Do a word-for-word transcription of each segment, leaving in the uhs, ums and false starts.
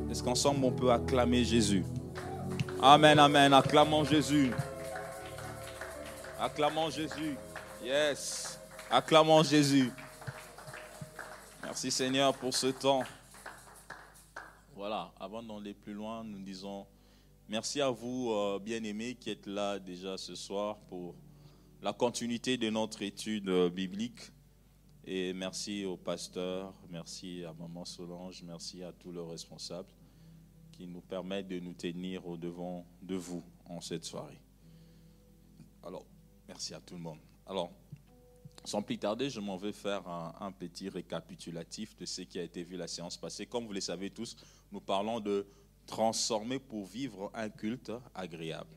Est-ce qu'ensemble on peut acclamer Jésus? Amen, amen. Acclamons Jésus. Acclamons Jésus. Yes. Acclamons Jésus. Merci Seigneur pour ce temps. Voilà, avant d'aller plus loin, nous disons merci à vous, euh, bien-aimés, qui êtes là déjà ce soir pour la continuité de notre étude euh, biblique. Et merci au pasteur, merci à Maman Solange, merci à tous les responsables qui nous permettent de nous tenir au devant de vous en cette soirée. Alors, merci à tout le monde. Alors, sans plus tarder, je m'en vais faire un, un petit récapitulatif de ce qui a été vu la séance passée. Comme vous le savez tous, nous parlons de transformer pour vivre un culte agréable.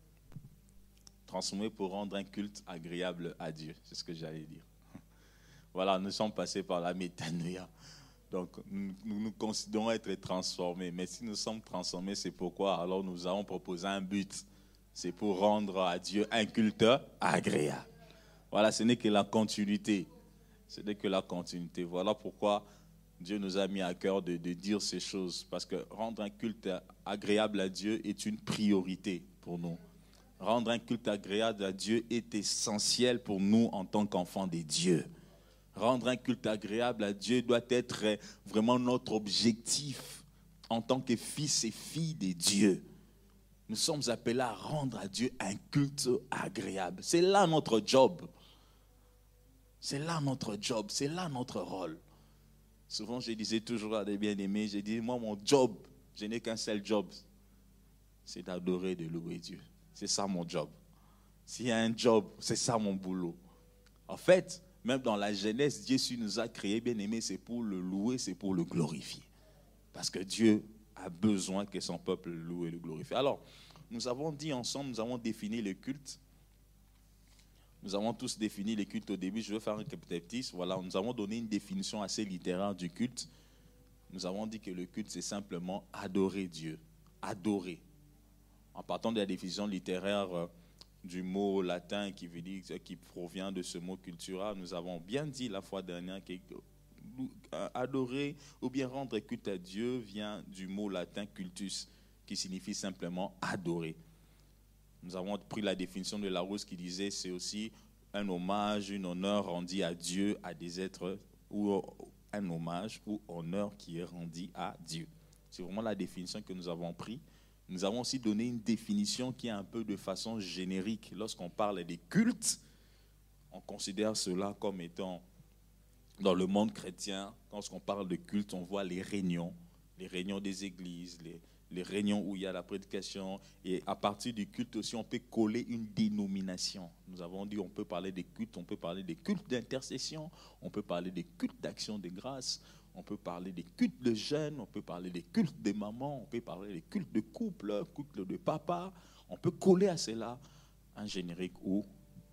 Transformer pour rendre un culte agréable à Dieu, c'est ce que j'allais dire. Voilà, nous sommes passés par la métanoïa. Donc, nous, nous nous considérons être transformés. Mais si nous sommes transformés, c'est pourquoi alors nous avons proposé un but. C'est pour rendre à Dieu un culte agréable. Voilà, ce n'est que la continuité. Ce n'est que la continuité. Voilà pourquoi Dieu nous a mis à cœur de, de dire ces choses. Parce que rendre un culte agréable à Dieu est une priorité pour nous. Rendre un culte agréable à Dieu est essentiel pour nous en tant qu'enfants de Dieu. Rendre un culte agréable à Dieu doit être vraiment notre objectif en tant que fils et filles de Dieu. Nous sommes appelés à rendre à Dieu un culte agréable. C'est là notre job. C'est là notre job, c'est là notre rôle. Souvent, je disais toujours à des bien-aimés, je dis, moi, mon job, je n'ai qu'un seul job, c'est d'adorer et de louer Dieu. C'est ça mon job. S'il y a un job, c'est ça mon boulot. En fait, même dans la Genèse, Dieu nous a créés, bien-aimés, c'est pour le louer, c'est pour le glorifier. Parce que Dieu a besoin que son peuple le loue et le glorifie. Alors, nous avons dit ensemble, nous avons défini le culte. Nous avons tous défini le culte au début. Je vais faire un récapitulatif. Voilà, nous avons donné une définition assez littéraire du culte. Nous avons dit que le culte, c'est simplement adorer Dieu. Adorer. En partant de la définition littéraire euh, du mot latin qui, veut dire, qui provient de ce mot cultura, nous avons bien dit la fois dernière que euh, adorer ou bien rendre culte à Dieu vient du mot latin cultus, qui signifie simplement adorer. Nous avons pris la définition de Larousse qui disait c'est aussi un hommage, un honneur rendu à Dieu, à des êtres, ou un hommage ou honneur qui est rendu à Dieu. C'est vraiment la définition que nous avons prise. Nous avons aussi donné une définition qui est un peu de façon générique. Lorsqu'on parle des cultes, on considère cela comme étant, dans le monde chrétien, lorsqu'on parle de culte, on voit les réunions, les réunions des églises, les, les réunions où il y a la prédication. Et à partir du culte aussi, on peut coller une dénomination. Nous avons dit on peut parler des cultes, on peut parler des cultes d'intercession, on peut parler des cultes d'action de grâce, on peut parler des cultes de jeunes, on peut parler des cultes de mamans, on peut parler des cultes de couple, cultes de papa. On peut coller à cela un générique ou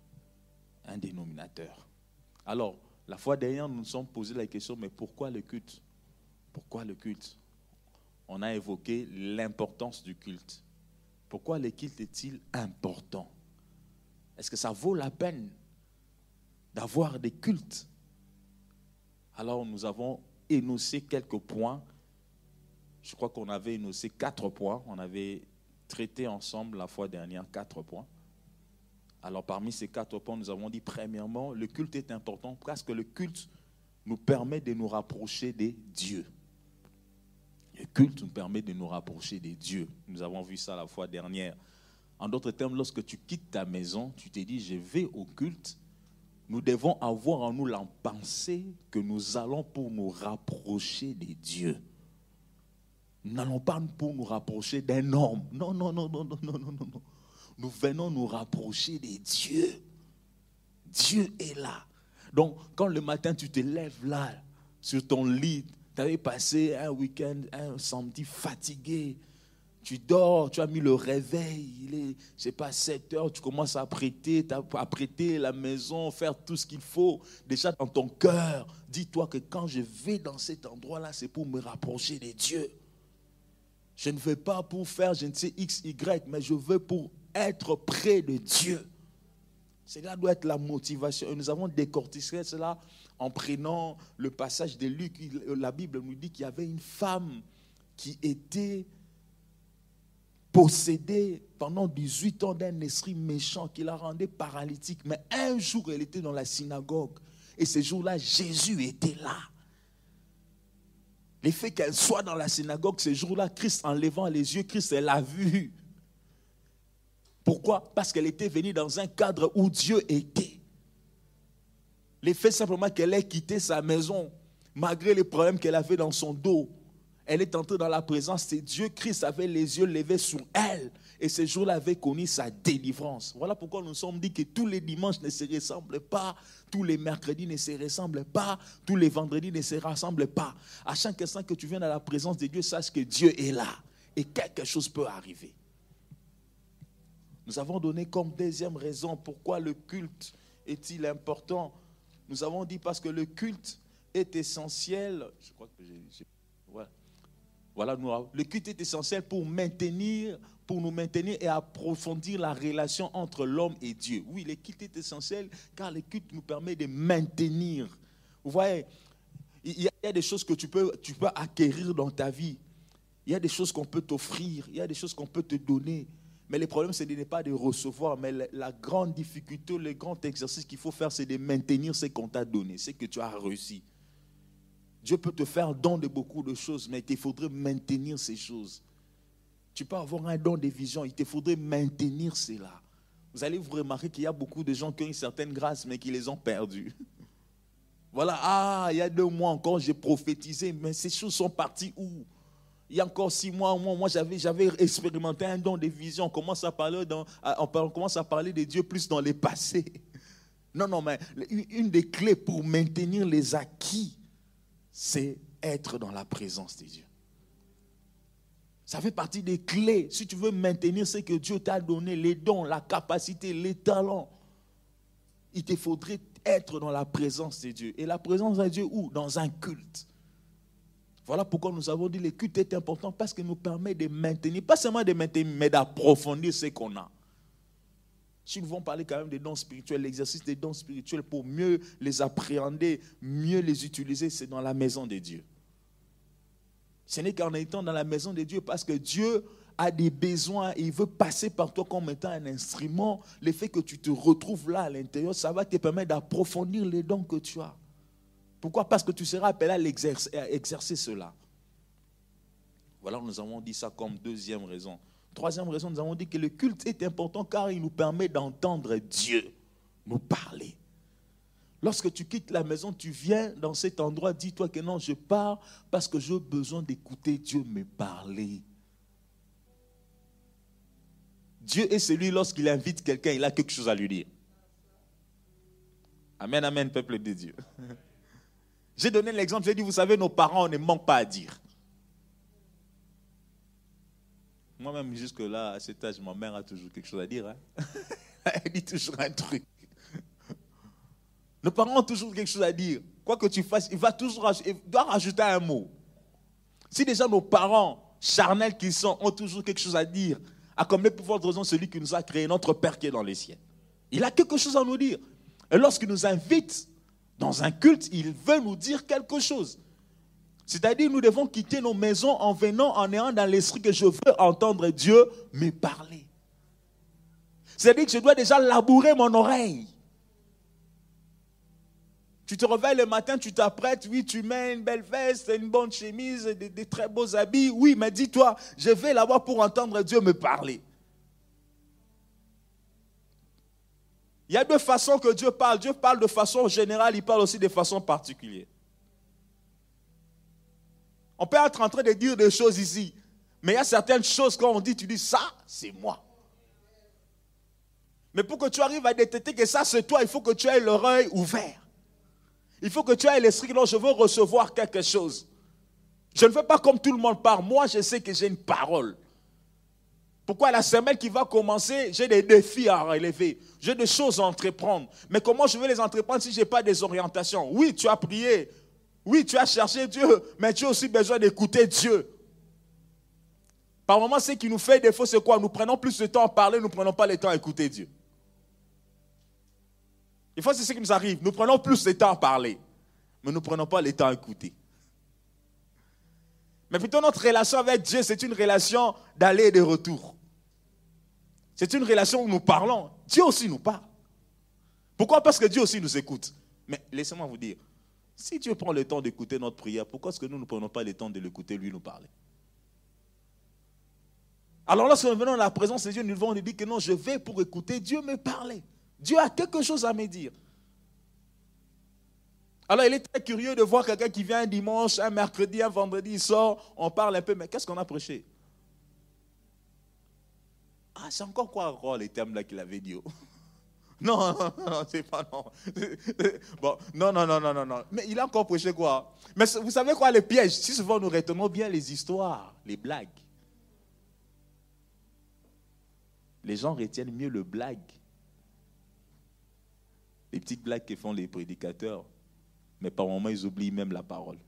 un dénominateur. Alors, la fois dernière, nous nous sommes posé la question, mais pourquoi le culte? Pourquoi le culte? On a évoqué l'importance du culte. Pourquoi le culte est-il important? Est-ce que ça vaut la peine d'avoir des cultes? Alors, nous avons énoncé quelques points. Je crois qu'on avait énoncé quatre points. On avait traité ensemble la fois dernière quatre points. Alors parmi ces quatre points, nous avons dit premièrement, le culte est important parce que le culte nous permet de nous rapprocher des dieux. Le culte nous permet de nous rapprocher des dieux. Nous avons vu ça la fois dernière. En d'autres termes, lorsque tu quittes ta maison, tu te dis je vais au culte. Nous devons avoir en nous la pensée que nous allons pour nous rapprocher des dieux. Nous n'allons pas pour nous rapprocher d'un homme. Non, non, non, non, non, non, non, non. Nous venons nous rapprocher des dieux. Dieu est là. Donc, quand le matin tu te lèves là, sur ton lit, tu avais passé un week-end, un samedi fatigué, tu dors, tu as mis le réveil, il est, je sais pas, sept heures, tu commences à prêter, à prêter la maison, faire tout ce qu'il faut. Déjà dans ton cœur, dis-toi que quand je vais dans cet endroit-là, c'est pour me rapprocher des dieux. Je ne vais pas pour faire, je ne sais, X, Y, mais je veux pour être près de Dieu. Cela doit être la motivation. Et nous avons décortiqué cela en prenant le passage de Luc. La Bible nous dit qu'il y avait une femme qui était possédée pendant dix-huit ans d'un esprit méchant qui la rendait paralytique. Mais un jour, elle était dans la synagogue. Et ce jour-là, Jésus était là. Le fait qu'elle soit dans la synagogue ce jour-là, Christ, en levant les yeux, Christ, elle l'a vue. Pourquoi? Parce qu'elle était venue dans un cadre où Dieu était. Le fait simplement qu'elle ait quitté sa maison, malgré les problèmes qu'elle avait dans son dos, elle est entrée dans la présence de Dieu. Christ avait les yeux levés sur elle. Et ce jour-là avait connu sa délivrance. Voilà pourquoi nous nous sommes dit que tous les dimanches ne se ressemblent pas, tous les mercredis ne se ressemblent pas, tous les vendredis ne se rassemblent pas. À chaque instant que tu viens dans la présence de Dieu, sache que Dieu est là. Et quelque chose peut arriver. Nous avons donné comme deuxième raison pourquoi le culte est-il important. Nous avons dit parce que le culte est essentiel. Je crois que j'ai... j'ai voilà. Voilà, nous, le culte est essentiel pour maintenir, pour nous maintenir et approfondir la relation entre l'homme et Dieu. Oui, le culte est essentiel car le culte nous permet de maintenir. Vous voyez, il y a des choses que tu peux, tu peux acquérir dans ta vie. Il y a des choses qu'on peut t'offrir, il y a des choses qu'on peut te donner. Mais le problème, ce n'est pas de recevoir, mais la, la grande difficulté, le grand exercice qu'il faut faire, c'est de maintenir ce qu'on t'a donné, ce que tu as reçu. Dieu peut te faire don de beaucoup de choses, mais il te faudrait maintenir ces choses. Tu peux avoir un don de vision, il te faudrait maintenir cela. Vous allez vous remarquer qu'il y a beaucoup de gens qui ont une certaine grâce, mais qui les ont perdues. Voilà, ah, il y a deux mois encore, j'ai prophétisé, mais ces choses sont parties où? Il y a encore six mois, moi, moi j'avais, j'avais expérimenté un don de vision. On commence à parler, dans, on commence à parler de Dieu plus dans les passés. Non, non, mais une des clés pour maintenir les acquis, c'est être dans la présence de Dieu. Ça fait partie des clés. Si tu veux maintenir ce que Dieu t'a donné, les dons, la capacité, les talents, il te faudrait être dans la présence de Dieu. Et la présence de Dieu où? Dans un culte. Voilà pourquoi nous avons dit que le culte est important parce qu'il nous permet de maintenir, pas seulement de maintenir, mais d'approfondir ce qu'on a. Si nous voulons parler quand même des dons spirituels, l'exercice des dons spirituels pour mieux les appréhender, mieux les utiliser, c'est dans la maison de Dieu. Ce n'est qu'en étant dans la maison de Dieu parce que Dieu a des besoins et il veut passer par toi comme étant un instrument. Le fait que tu te retrouves là à l'intérieur, ça va te permettre d'approfondir les dons que tu as. Pourquoi? Parce que tu seras appelé à, l'exercer, à exercer cela. Voilà, nous avons dit ça comme deuxième raison. Troisième raison, nous avons dit que le culte est important car il nous permet d'entendre Dieu nous parler. Lorsque tu quittes la maison, tu viens dans cet endroit, dis-toi que non, je pars parce que j'ai besoin d'écouter Dieu me parler. Dieu est celui, lorsqu'il invite quelqu'un, il a quelque chose à lui dire. Amen, amen, peuple de Dieu. J'ai donné l'exemple, j'ai dit, vous savez, nos parents, on ne manque pas à dire. Moi-même, jusque-là, à cet âge, ma mère a toujours quelque chose à dire. Hein? Elle dit toujours un truc. Nos parents ont toujours quelque chose à dire. Quoi que tu fasses, il va toujours il doit rajouter un mot. Si déjà nos parents, charnels qu'ils sont, ont toujours quelque chose à dire, à combien de pouvoir de raison celui qui nous a créé, notre Père qui est dans les cieux. Il a quelque chose à nous dire. Et lorsqu'il nous invite dans un culte, il veut nous dire quelque chose. C'est-à-dire, nous devons quitter nos maisons en venant, en ayant dans l'esprit que je veux entendre Dieu me parler. C'est-à-dire que je dois déjà labourer mon oreille. Tu te réveilles le matin, tu t'apprêtes, oui, tu mets une belle veste, une bonne chemise, des, des très beaux habits. Oui, mais dis-toi, je vais là-bas pour entendre Dieu me parler. Il y a deux façons que Dieu parle. Dieu parle de façon générale, il parle aussi de façon particulière. On peut être en train de dire des choses ici, mais il y a certaines choses quand on dit, tu dis, ça, c'est moi. Mais pour que tu arrives à détecter que ça, c'est toi, il faut que tu aies l'oreille ouverte. Il faut que tu aies l'esprit, non, je veux recevoir quelque chose. Je ne fais pas comme tout le monde parle. Moi, je sais que j'ai une parole. Pourquoi la semaine qui va commencer, j'ai des défis à relever. J'ai des choses à entreprendre. Mais comment je vais les entreprendre si je n'ai pas des orientations? Oui, tu as prié. Oui, tu as cherché Dieu. Mais tu as aussi besoin d'écouter Dieu. Par moments, ce qui nous fait défaut, c'est quoi? Nous prenons plus de temps à parler, nous ne prenons pas le temps à écouter Dieu. Des fois, c'est ce qui nous arrive. Nous prenons plus de temps à parler, mais nous ne prenons pas le temps à écouter. Mais plutôt notre relation avec Dieu, c'est une relation d'aller et de retour. C'est une relation où nous parlons. Dieu aussi nous parle. Pourquoi? Parce que Dieu aussi nous écoute. Mais laissez-moi vous dire, si Dieu prend le temps d'écouter notre prière, pourquoi est-ce que nous ne prenons pas le temps de l'écouter, lui nous parler? Alors lorsque nous venons à la présence de Dieu, nous devons nous dire que non, je vais pour écouter Dieu me parler. Dieu a quelque chose à me dire. Alors il est très curieux de voir quelqu'un qui vient un dimanche, un mercredi, un vendredi, il sort, on parle un peu, mais qu'est-ce qu'on a prêché? Ah, c'est encore quoi encore les termes là qu'il avait dit? Non, non, non, c'est pas non. Bon, non, non, non, non, non, non. Mais il a encore prêché quoi? Mais vous savez quoi, le piège? Si souvent nous retenons bien les histoires, les blagues. Les gens retiennent mieux le blague. Les petites blagues que font les prédicateurs. Mais par moments, ils oublient même la parole.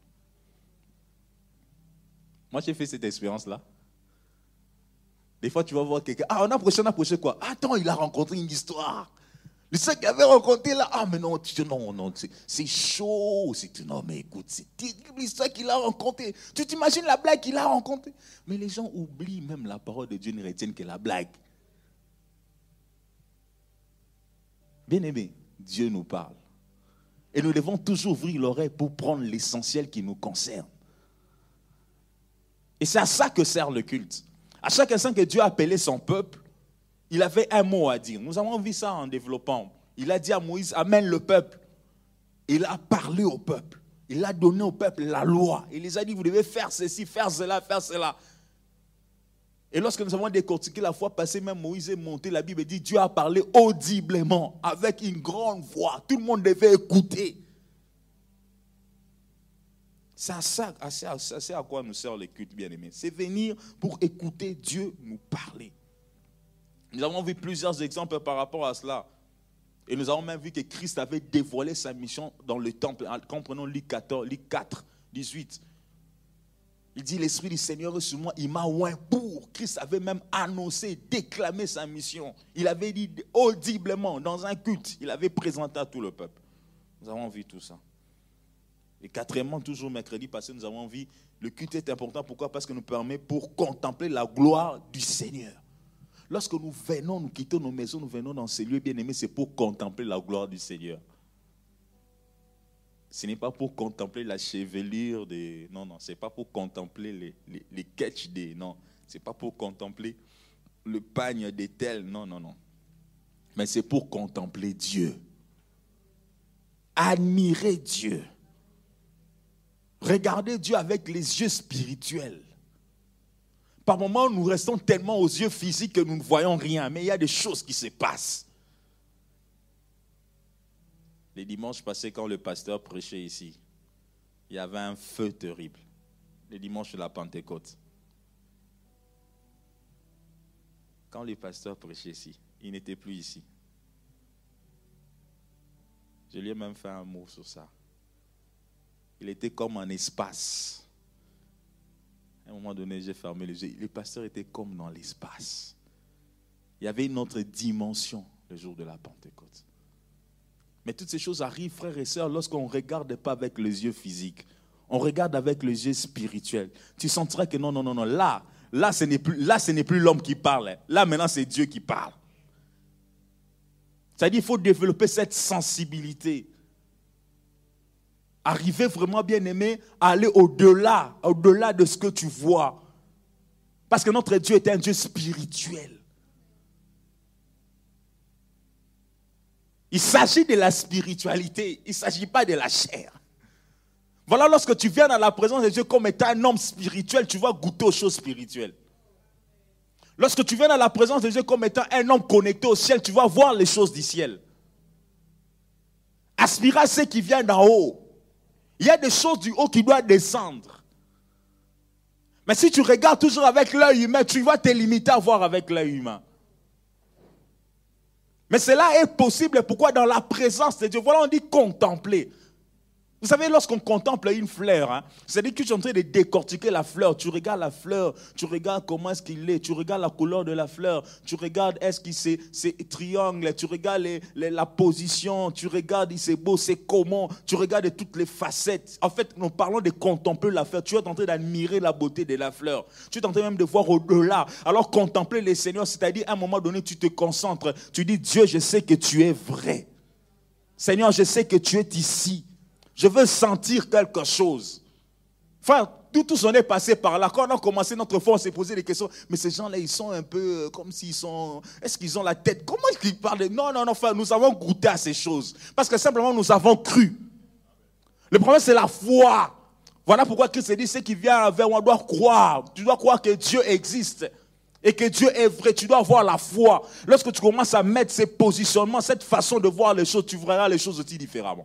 Moi, j'ai fait cette expérience-là. Des fois, tu vas voir quelqu'un. Ah, on a prêché, on a prêché quoi? Attends, il a rencontré une histoire. Le seul qu'il avait rencontré là. Ah, mais non, tu, non, non, c'est, c'est chaud. C'est, non, mais écoute, c'est terrible l'histoire qu'il a rencontrée. Tu t'imagines la blague qu'il a rencontrée? Mais les gens oublient même la parole de Dieu, ne retiennent que la blague. Bien aimé, Dieu nous parle. Et nous devons toujours ouvrir l'oreille pour prendre l'essentiel qui nous concerne. Et c'est à ça que sert le culte. À chaque instant que Dieu a appelé son peuple, il avait un mot à dire. Nous avons vu ça en développant. Il a dit à Moïse, amène le peuple. Il a parlé au peuple. Il a donné au peuple la loi. Il les a dit, vous devez faire ceci, faire cela, faire cela. Et lorsque nous avons décortiqué la fois passée, même Moïse est monté, la Bible dit, Dieu a parlé audiblement, avec une grande voix. Tout le monde devait écouter. C'est à ça, c'est à, c'est à quoi nous sert le culte, bien-aimés. C'est venir pour écouter Dieu nous parler. Nous avons vu plusieurs exemples par rapport à cela. Et nous avons même vu que Christ avait dévoilé sa mission dans le temple. Comprenons Luc quatorze, Luc quatre, dix-huit. Il dit, l'Esprit du Seigneur est sur moi, il m'a oint pour. Christ avait même annoncé, déclamé sa mission. Il avait dit audiblement, dans un culte, il avait présenté à tout le peuple. Nous avons vu tout ça. Et quatrièmement, toujours mercredi passé, nous avons vu, le culte est important. Pourquoi? Parce que nous permet pour contempler la gloire du Seigneur. Lorsque nous venons, nous quittons nos maisons, nous venons dans ces lieux bien-aimés, c'est pour contempler la gloire du Seigneur. Ce n'est pas pour contempler la chevelure des... Non, non, ce n'est pas pour contempler les, les, les catchs des... Non, ce n'est pas pour contempler le pagne des tels. Non, non, non. Mais c'est pour contempler Dieu. Admirer Dieu. Regarder Dieu avec les yeux spirituels. Par moments, nous restons tellement aux yeux physiques que nous ne voyons rien. Mais il y a des choses qui se passent. Les dimanches passés, quand le pasteur prêchait ici, il y avait un feu terrible. Les dimanches de la Pentecôte. Quand le pasteur prêchait ici, il n'était plus ici. Je lui ai même fait un mot sur ça. Il était comme un espace. À un moment donné, j'ai fermé les yeux. Le pasteur était comme dans l'espace. Il y avait une autre dimension le jour de la Pentecôte. Mais toutes ces choses arrivent, frères et sœurs, lorsqu'on ne regarde pas avec les yeux physiques. On regarde avec les yeux spirituels. Tu sentiras que non, non, non, non. Là, là, ce n'est plus, là, ce n'est plus l'homme qui parle. Là, maintenant, c'est Dieu qui parle. C'est-à-dire qu'il faut développer cette sensibilité. Arriver vraiment, bien aimé, à aller au-delà, au-delà de ce que tu vois. Parce que notre Dieu est un Dieu spirituel. Il s'agit de la spiritualité, il ne s'agit pas de la chair. Voilà, lorsque tu viens dans la présence de Dieu comme étant un homme spirituel, tu vas goûter aux choses spirituelles. Lorsque tu viens dans la présence de Dieu comme étant un homme connecté au ciel, tu vas voir les choses du ciel. Aspirer à ce qui vient d'en haut. Il y a des choses du haut qui doivent descendre. Mais si tu regardes toujours avec l'œil humain, tu vas te limiter à voir avec l'œil humain. Mais cela est possible. Pourquoi? Dans la présence de Dieu. Voilà, on dit contempler. Vous savez, lorsqu'on contemple une fleur, hein, c'est-à-dire que tu es en train de décortiquer la fleur. Tu regardes la fleur, tu regardes comment est-ce qu'il est, tu regardes la couleur de la fleur, tu regardes est-ce qu'il c'est, c'est triangle, tu regardes les, les, la position, tu regardes c'est beau, c'est comment, tu regardes toutes les facettes. En fait, nous parlons de contempler la fleur. Tu es en train d'admirer la beauté de la fleur. Tu es en train même de voir au-delà. Alors contempler les Seigneurs, c'est-à-dire à un moment donné, tu te concentres. Tu dis, Dieu, je sais que tu es vrai. Seigneur, je sais que tu es ici. Je veux sentir quelque chose. Enfin, tout, tous on est passé par là. Quand on a commencé notre foi, on s'est posé des questions. Mais ces gens-là, ils sont un peu euh, comme s'ils sont... Est-ce qu'ils ont la tête? Comment est-ce qu'ils parlent? Non, non, non, enfin, nous avons goûté à ces choses. Parce que simplement, nous avons cru. Le problème, c'est la foi. Voilà pourquoi Christ dit, ce qui vient vers moi, on doit croire. Tu dois croire que Dieu existe. Et que Dieu est vrai. Tu dois avoir la foi. Lorsque tu commences à mettre ces positionnements, cette façon de voir les choses, tu verras les choses aussi différemment.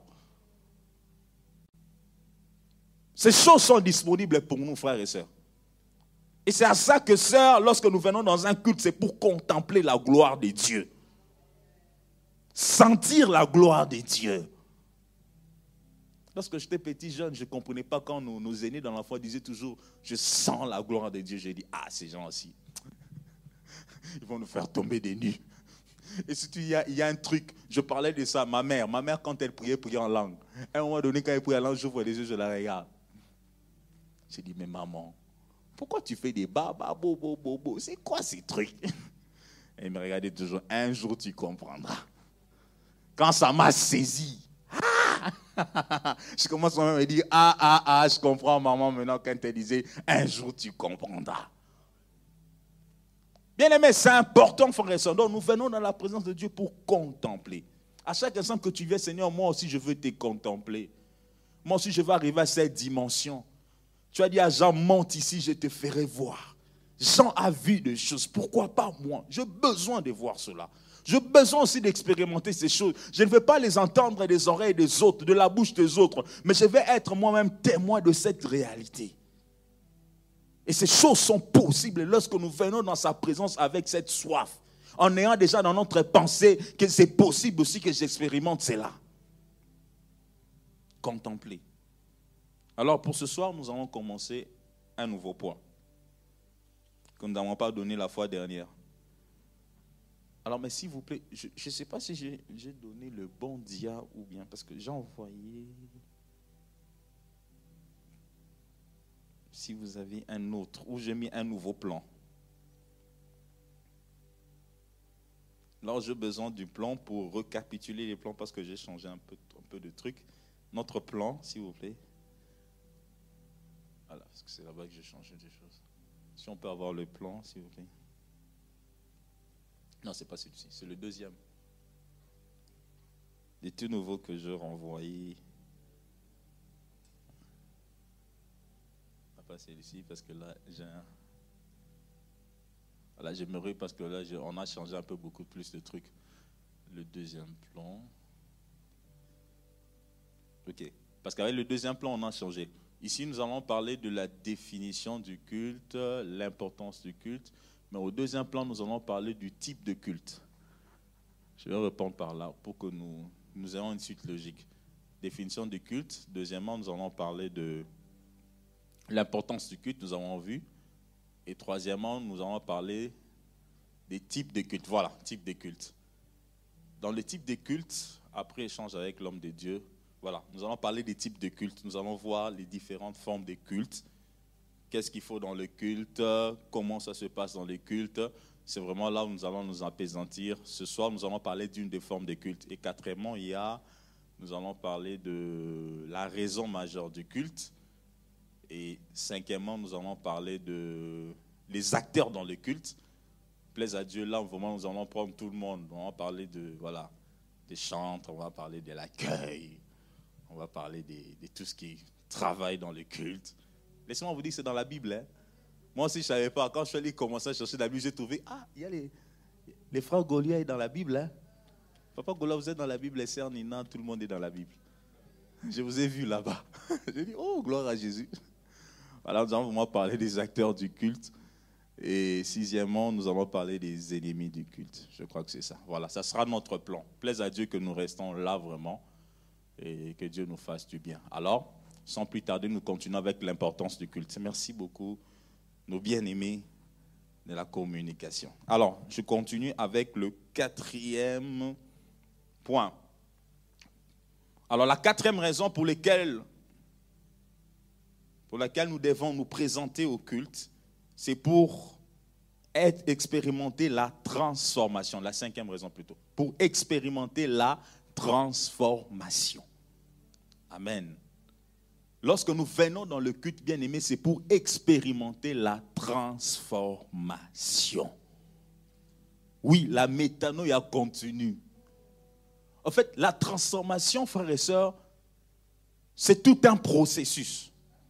Ces choses sont disponibles pour nous, frères et sœurs. Et c'est à ça que, sœurs, lorsque nous venons dans un culte, c'est pour contempler la gloire de Dieu. Sentir la gloire de Dieu. Lorsque j'étais petit, jeune, je ne comprenais pas quand nos, nos aînés dans la foi disaient toujours « Je sens la gloire de Dieu ». J'ai dit « Ah, ces gens aussi, ils vont nous faire tomber des nues ». Et surtout, il y, a, il y a un truc, je parlais de ça, ma mère, ma mère quand elle priait, priait en langue. À un moment donné, quand elle priait en langue, j'ouvre les yeux, je la regarde. J'ai dit, mais maman, pourquoi tu fais des baba, bo, bo, bo, bo? C'est quoi ces trucs? Elle me regardait toujours, un jour tu comprendras. Quand ça m'a saisi, ah! Je commence à me dire, ah, ah, ah, je comprends maman maintenant quand elle disait, un jour tu comprendras. Bien aimé, c'est important, frère et sœur. Donc nous venons dans la présence de Dieu pour contempler. À chaque instant que tu viens, Seigneur, moi aussi je veux te contempler. Moi aussi je veux arriver à cette dimension. Tu as dit à Jean, monte ici, je te ferai voir. Jean a vu des choses. Pourquoi pas moi? J'ai besoin de voir cela. J'ai besoin aussi d'expérimenter ces choses. Je ne veux pas les entendre des oreilles des autres, de la bouche des autres, mais je vais être moi-même témoin de cette réalité. Et ces choses sont possibles lorsque nous venons dans sa présence avec cette soif, en ayant déjà dans notre pensée que c'est possible aussi que j'expérimente cela. Contempler. Alors pour ce soir, nous allons commencer un nouveau point que nous n'avons pas donné la fois dernière. Alors mais s'il vous plaît, je ne sais pas si j'ai, j'ai donné le bon dia ou bien, parce que j'ai envoyé... Si vous avez un autre, ou j'ai mis un nouveau plan. Là, j'ai besoin du plan pour récapituler les plans parce que j'ai changé un peu, un peu de trucs. Notre plan, s'il vous plaît. Voilà, parce que c'est là-bas que j'ai changé des choses. Si on peut avoir le plan, s'il vous plaît. Non, c'est pas celui-ci, c'est le deuxième. Les tout nouveaux que je renvoyais. Pas celui-ci parce que là, j'ai un... Voilà, j'aimerais parce que là, on a changé un peu beaucoup plus de trucs. Le deuxième plan. Ok. Parce qu'avec le deuxième plan, on a changé. Ici, nous allons parler de la définition du culte, l'importance du culte. Mais au deuxième plan, nous allons parler du type de culte. Je vais répondre par là pour que nous, nous ayons une suite logique. Définition du culte. Deuxièmement, nous allons parler de l'importance du culte, nous avons vu. Et troisièmement, nous allons parler des types de cultes. Voilà, types de cultes. Dans le type de cultes, après échange avec l'homme de Dieu, voilà, nous allons parler des types de cultes. Nous allons voir les différentes formes de cultes. Qu'est-ce qu'il faut dans le culte? Comment ça se passe dans les cultes? C'est vraiment là où nous allons nous apaisantir. Ce soir, nous allons parler d'une des formes de culte. Et quatrièmement, il y a, nous allons parler de la raison majeure du culte. Et cinquièmement, nous allons parler de les acteurs dans le culte. Plaise à Dieu, là, vraiment, nous allons prendre tout le monde. On va parler de, voilà, des chantres, on va parler de l'accueil, on va parler de, de tout ce qui travaille dans le culte. Laissez-moi vous dire que c'est dans la Bible. Hein. Moi aussi, je ne savais pas. Quand je suis allé commencer à chercher la Bible, j'ai trouvé, ah, il y a les, les frères Goliath dans la Bible. Hein. Papa Goliath, vous êtes dans la Bible, les sœurs Nina, tout le monde est dans la Bible. Je vous ai vu là-bas. J'ai dit, oh, gloire à Jésus. Voilà, nous allons vraiment parler des acteurs du culte. Et sixièmement, nous allons parler des ennemis du culte. Je crois que c'est ça. Voilà, ça sera notre plan. Plaise à Dieu que nous restons là vraiment. et que Dieu nous fasse du bien. Alors, sans plus tarder, nous continuons avec l'importance du culte. Merci beaucoup, nos bien-aimés de la communication. Alors, je continue avec le quatrième point. Alors, la quatrième raison pour laquelle, pour laquelle nous devons nous présenter au culte, c'est pour être, expérimenter la transformation. La cinquième raison plutôt. Pour expérimenter la transformation. Amen. Lorsque nous venons dans le culte, bien aimé, c'est pour expérimenter la transformation. Oui, la métanoïa continue. En fait, la transformation, frères et sœurs, c'est tout un processus.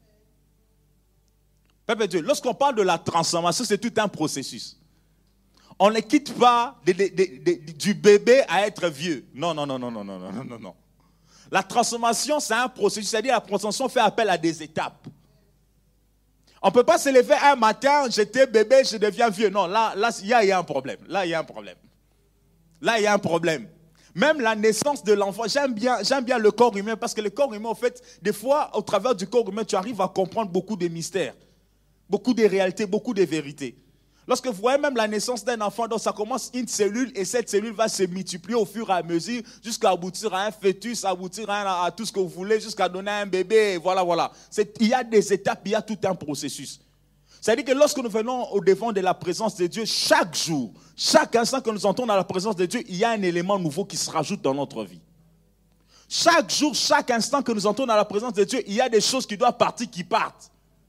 Peuple de Dieu, lorsqu'on parle de la transformation, c'est tout un processus. On ne quitte pas de, de, de, de, du bébé à être vieux. Non, non, non, non, non, non, non, non, non. La transformation, c'est un processus, c'est-à-dire la transformation fait appel à des étapes. On ne peut pas se lever un matin, j'étais bébé, je deviens vieux. Non, là, là, il y, y a un problème. Là, il y a un problème. Là, il y a un problème. Même la naissance de l'enfant, j'aime bien, j'aime bien le corps humain, parce que le corps humain, en fait, des fois, au travers du corps humain, tu arrives à comprendre beaucoup de mystères, beaucoup de réalités, beaucoup de vérités. Lorsque vous voyez même la naissance d'un enfant, donc ça commence une cellule et cette cellule va se multiplier au fur et à mesure jusqu'à aboutir à un fœtus, aboutir à, un, à tout ce que vous voulez, jusqu'à donner un bébé. Voilà, voilà. C'est, il y a des étapes, il y a tout un processus. C'est-à-dire que lorsque nous venons au devant de la présence de Dieu, chaque jour, chaque instant que nous entrons dans la présence de Dieu, il y a un élément nouveau qui se rajoute dans notre vie. Chaque jour, chaque instant que nous entrons dans la présence de Dieu, il y a des choses qui doivent partir, qui partent.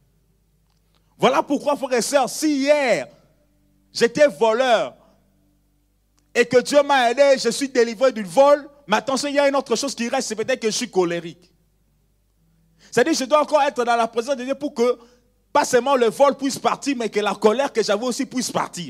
Voilà pourquoi, frères et sœurs, si hier, j'étais voleur et que Dieu m'a aidé, je suis délivré du vol, mais attention, il y a une autre chose qui reste, c'est peut-être que je suis colérique. C'est-à-dire que je dois encore être dans la présence de Dieu pour que, pas seulement le vol puisse partir, mais que la colère que j'avais aussi puisse partir.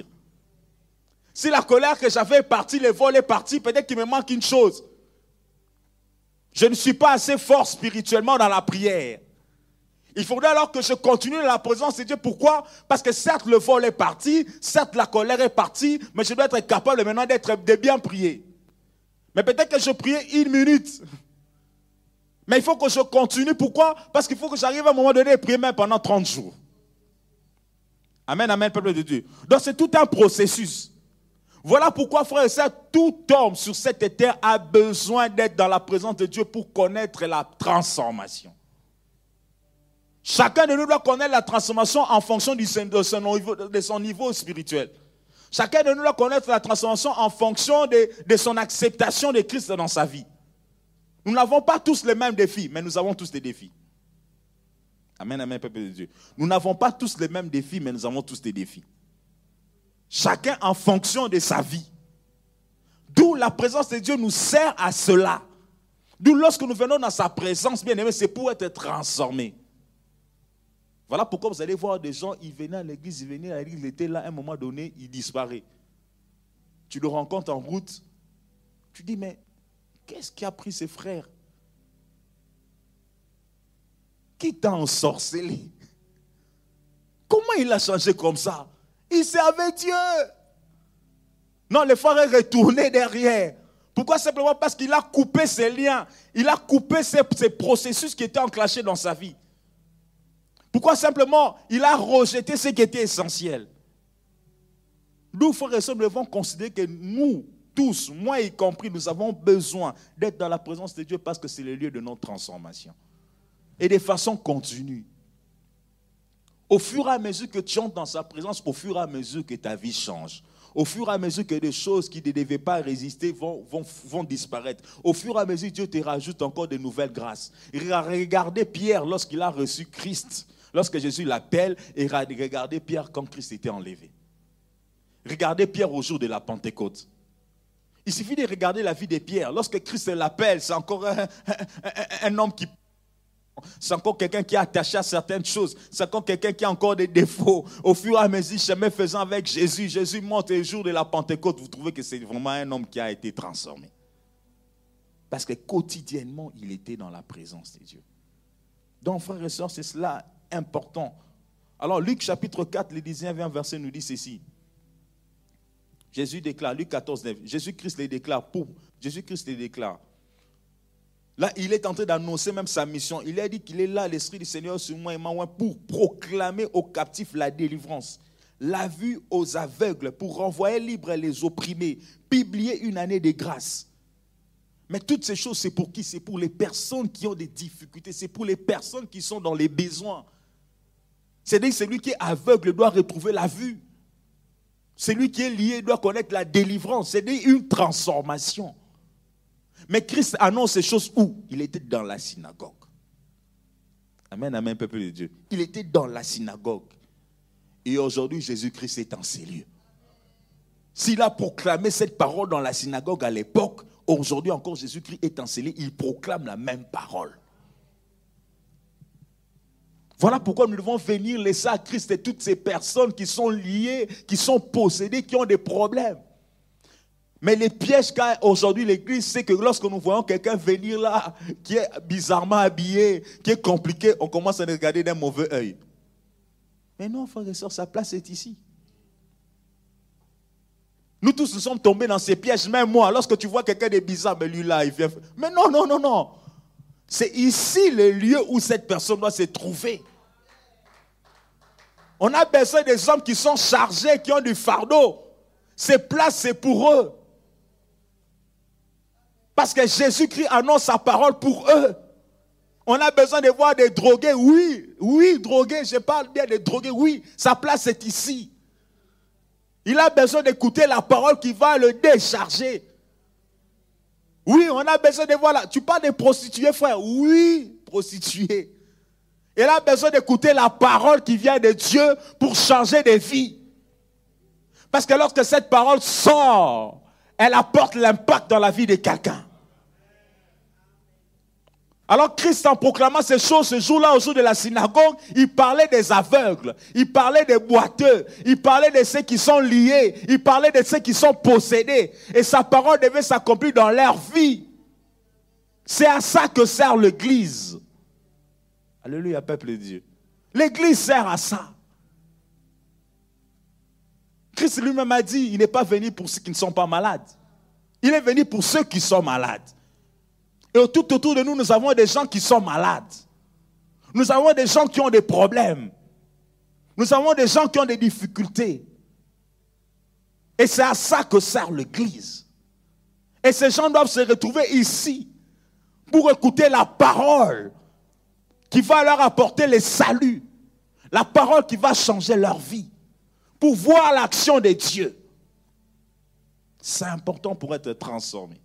Si la colère que j'avais est partie, le vol est parti, peut-être qu'il me manque une chose. Je ne suis pas assez fort spirituellement dans la prière. Il faudrait alors que je continue dans la présence de Dieu. Pourquoi? Parce que certes le vol est parti, certes la colère est partie, mais je dois être capable maintenant d'être, de bien prier. Mais peut-être que je priais une minute. Mais il faut que je continue. Pourquoi? Parce qu'il faut que j'arrive à un moment donné à prier même pendant trente jours. Amen, amen, peuple de Dieu. Donc c'est tout un processus. Voilà pourquoi, frère et sœurs, tout homme sur cette terre a besoin d'être dans la présence de Dieu pour connaître la transformation. Chacun de nous doit connaître la transformation en fonction de son, de son, niveau, de son niveau spirituel. Chacun de nous doit connaître la transformation en fonction de, de son acceptation de Christ dans sa vie. Nous n'avons pas tous les mêmes défis, mais nous avons tous des défis. Amen, amen, peuple de Dieu. Nous n'avons pas tous les mêmes défis, mais nous avons tous des défis. Chacun en fonction de sa vie. D'où la présence de Dieu nous sert à cela. D'où lorsque nous venons dans sa présence, bien aimé, c'est pour être transformés. Voilà pourquoi vous allez voir des gens, ils venaient à l'église, ils venaient à l'église, ils étaient là, à un moment donné, il disparaît. Tu le rencontres en route, tu dis, mais qu'est-ce qui a pris ses frères? Qui t'a ensorcelé? Comment il a changé comme ça? Il servait Dieu. Non, le frère est retourné derrière. Pourquoi? Simplement parce qu'il a coupé ses liens, il a coupé ses, ses processus qui étaient enclenchés dans sa vie. Pourquoi? Simplement, il a rejeté ce qui était essentiel. Nous, frères et sœurs, nous devons considérer que nous, tous, moi y compris, nous avons besoin d'être dans la présence de Dieu parce que c'est le lieu de notre transformation. Et de façon continue. Au fur et à mesure que tu entres dans sa présence, au fur et à mesure que ta vie change, au fur et à mesure que des choses qui ne devaient pas résister vont, vont, vont disparaître, au fur et à mesure Dieu te rajoute encore de nouvelles grâces. Regardez Pierre lorsqu'il a reçu Christ. Lorsque Jésus l'appelle, et regardez Pierre quand Christ était enlevé. Regardez Pierre au jour de la Pentecôte. Il suffit de regarder la vie de Pierre. Lorsque Christ l'appelle, c'est encore un, un, un, un homme qui... C'est encore quelqu'un qui est attaché à certaines choses. C'est encore quelqu'un qui a encore des défauts. Au fur et à mesure, chemin faisant avec Jésus, Jésus monte le jour de la Pentecôte. Vous trouvez que c'est vraiment un homme qui a été transformé. Parce que quotidiennement, il était dans la présence de Dieu. Donc, frères et sœurs, c'est cela important. Alors, Luc chapitre quatre, le dix-neuvième verset nous dit ceci. Jésus déclare, Luc quatorze, neuf, Jésus-Christ les déclare, pour, Jésus-Christ les déclare. Là, il est en train d'annoncer même sa mission. Il a dit qu'il est là, l'Esprit du Seigneur sur moi et moi pour proclamer aux captifs la délivrance, la vue aux aveugles, pour renvoyer libres les opprimés, publier une année de grâce. Mais toutes ces choses, c'est pour qui? C'est pour les personnes qui ont des difficultés, c'est pour les personnes qui sont dans les besoins. C'est-à-dire que celui qui est aveugle doit retrouver la vue. Celui qui est lié doit connaître la délivrance. C'est-à-dire une transformation. Mais Christ annonce ces choses où? Il était dans la synagogue. Amen, amen, peuple de Dieu. Il était dans la synagogue. Et aujourd'hui, Jésus-Christ est en ces lieux. S'il a proclamé cette parole dans la synagogue à l'époque, aujourd'hui encore, Jésus-Christ est en ces lieux. Il proclame la même parole. Voilà pourquoi nous devons venir laisser à Christ et toutes ces personnes qui sont liées, qui sont possédées, qui ont des problèmes. Mais les pièges qu'a aujourd'hui l'Église, c'est que lorsque nous voyons quelqu'un venir là, qui est bizarrement habillé, qui est compliqué, on commence à le regarder d'un mauvais œil. Mais non, frères et sœurs, sa place est ici. Nous tous nous sommes tombés dans ces pièges, même moi. Lorsque tu vois quelqu'un de bizarre, mais lui là, il vient... Mais non, non, non, non. C'est ici le lieu où cette personne doit se trouver. On a besoin des hommes qui sont chargés, qui ont du fardeau. Ces places, c'est pour eux. Parce que Jésus-Christ annonce sa parole pour eux. On a besoin de voir des drogués, oui, oui, drogués, je parle bien des drogués, oui, sa place est ici. Il a besoin d'écouter la parole qui va le décharger. Oui, on a besoin de voir là. Tu parles des prostituées, frère. Oui, prostituées. Il a besoin d'écouter la parole qui vient de Dieu pour changer des vies. Parce que lorsque cette parole sort, elle apporte l'impact dans la vie de quelqu'un. Alors Christ, en proclamant ces choses ce jour-là, au jour de la synagogue, il parlait des aveugles, il parlait des boiteux, il parlait de ceux qui sont liés, il parlait de ceux qui sont possédés. Et sa parole devait s'accomplir dans leur vie. C'est à ça que sert l'Église. Alléluia, peuple de Dieu. L'Église sert à ça. Christ lui-même a dit, il n'est pas venu pour ceux qui ne sont pas malades. Il est venu pour ceux qui sont malades. Et tout autour de nous, nous avons des gens qui sont malades. Nous avons des gens qui ont des problèmes. Nous avons des gens qui ont des difficultés. Et c'est à ça que sert l'Église. Et ces gens doivent se retrouver ici pour écouter la parole qui va leur apporter le salut. La parole qui va changer leur vie. Pour voir l'action de Dieu. C'est important pour être transformé.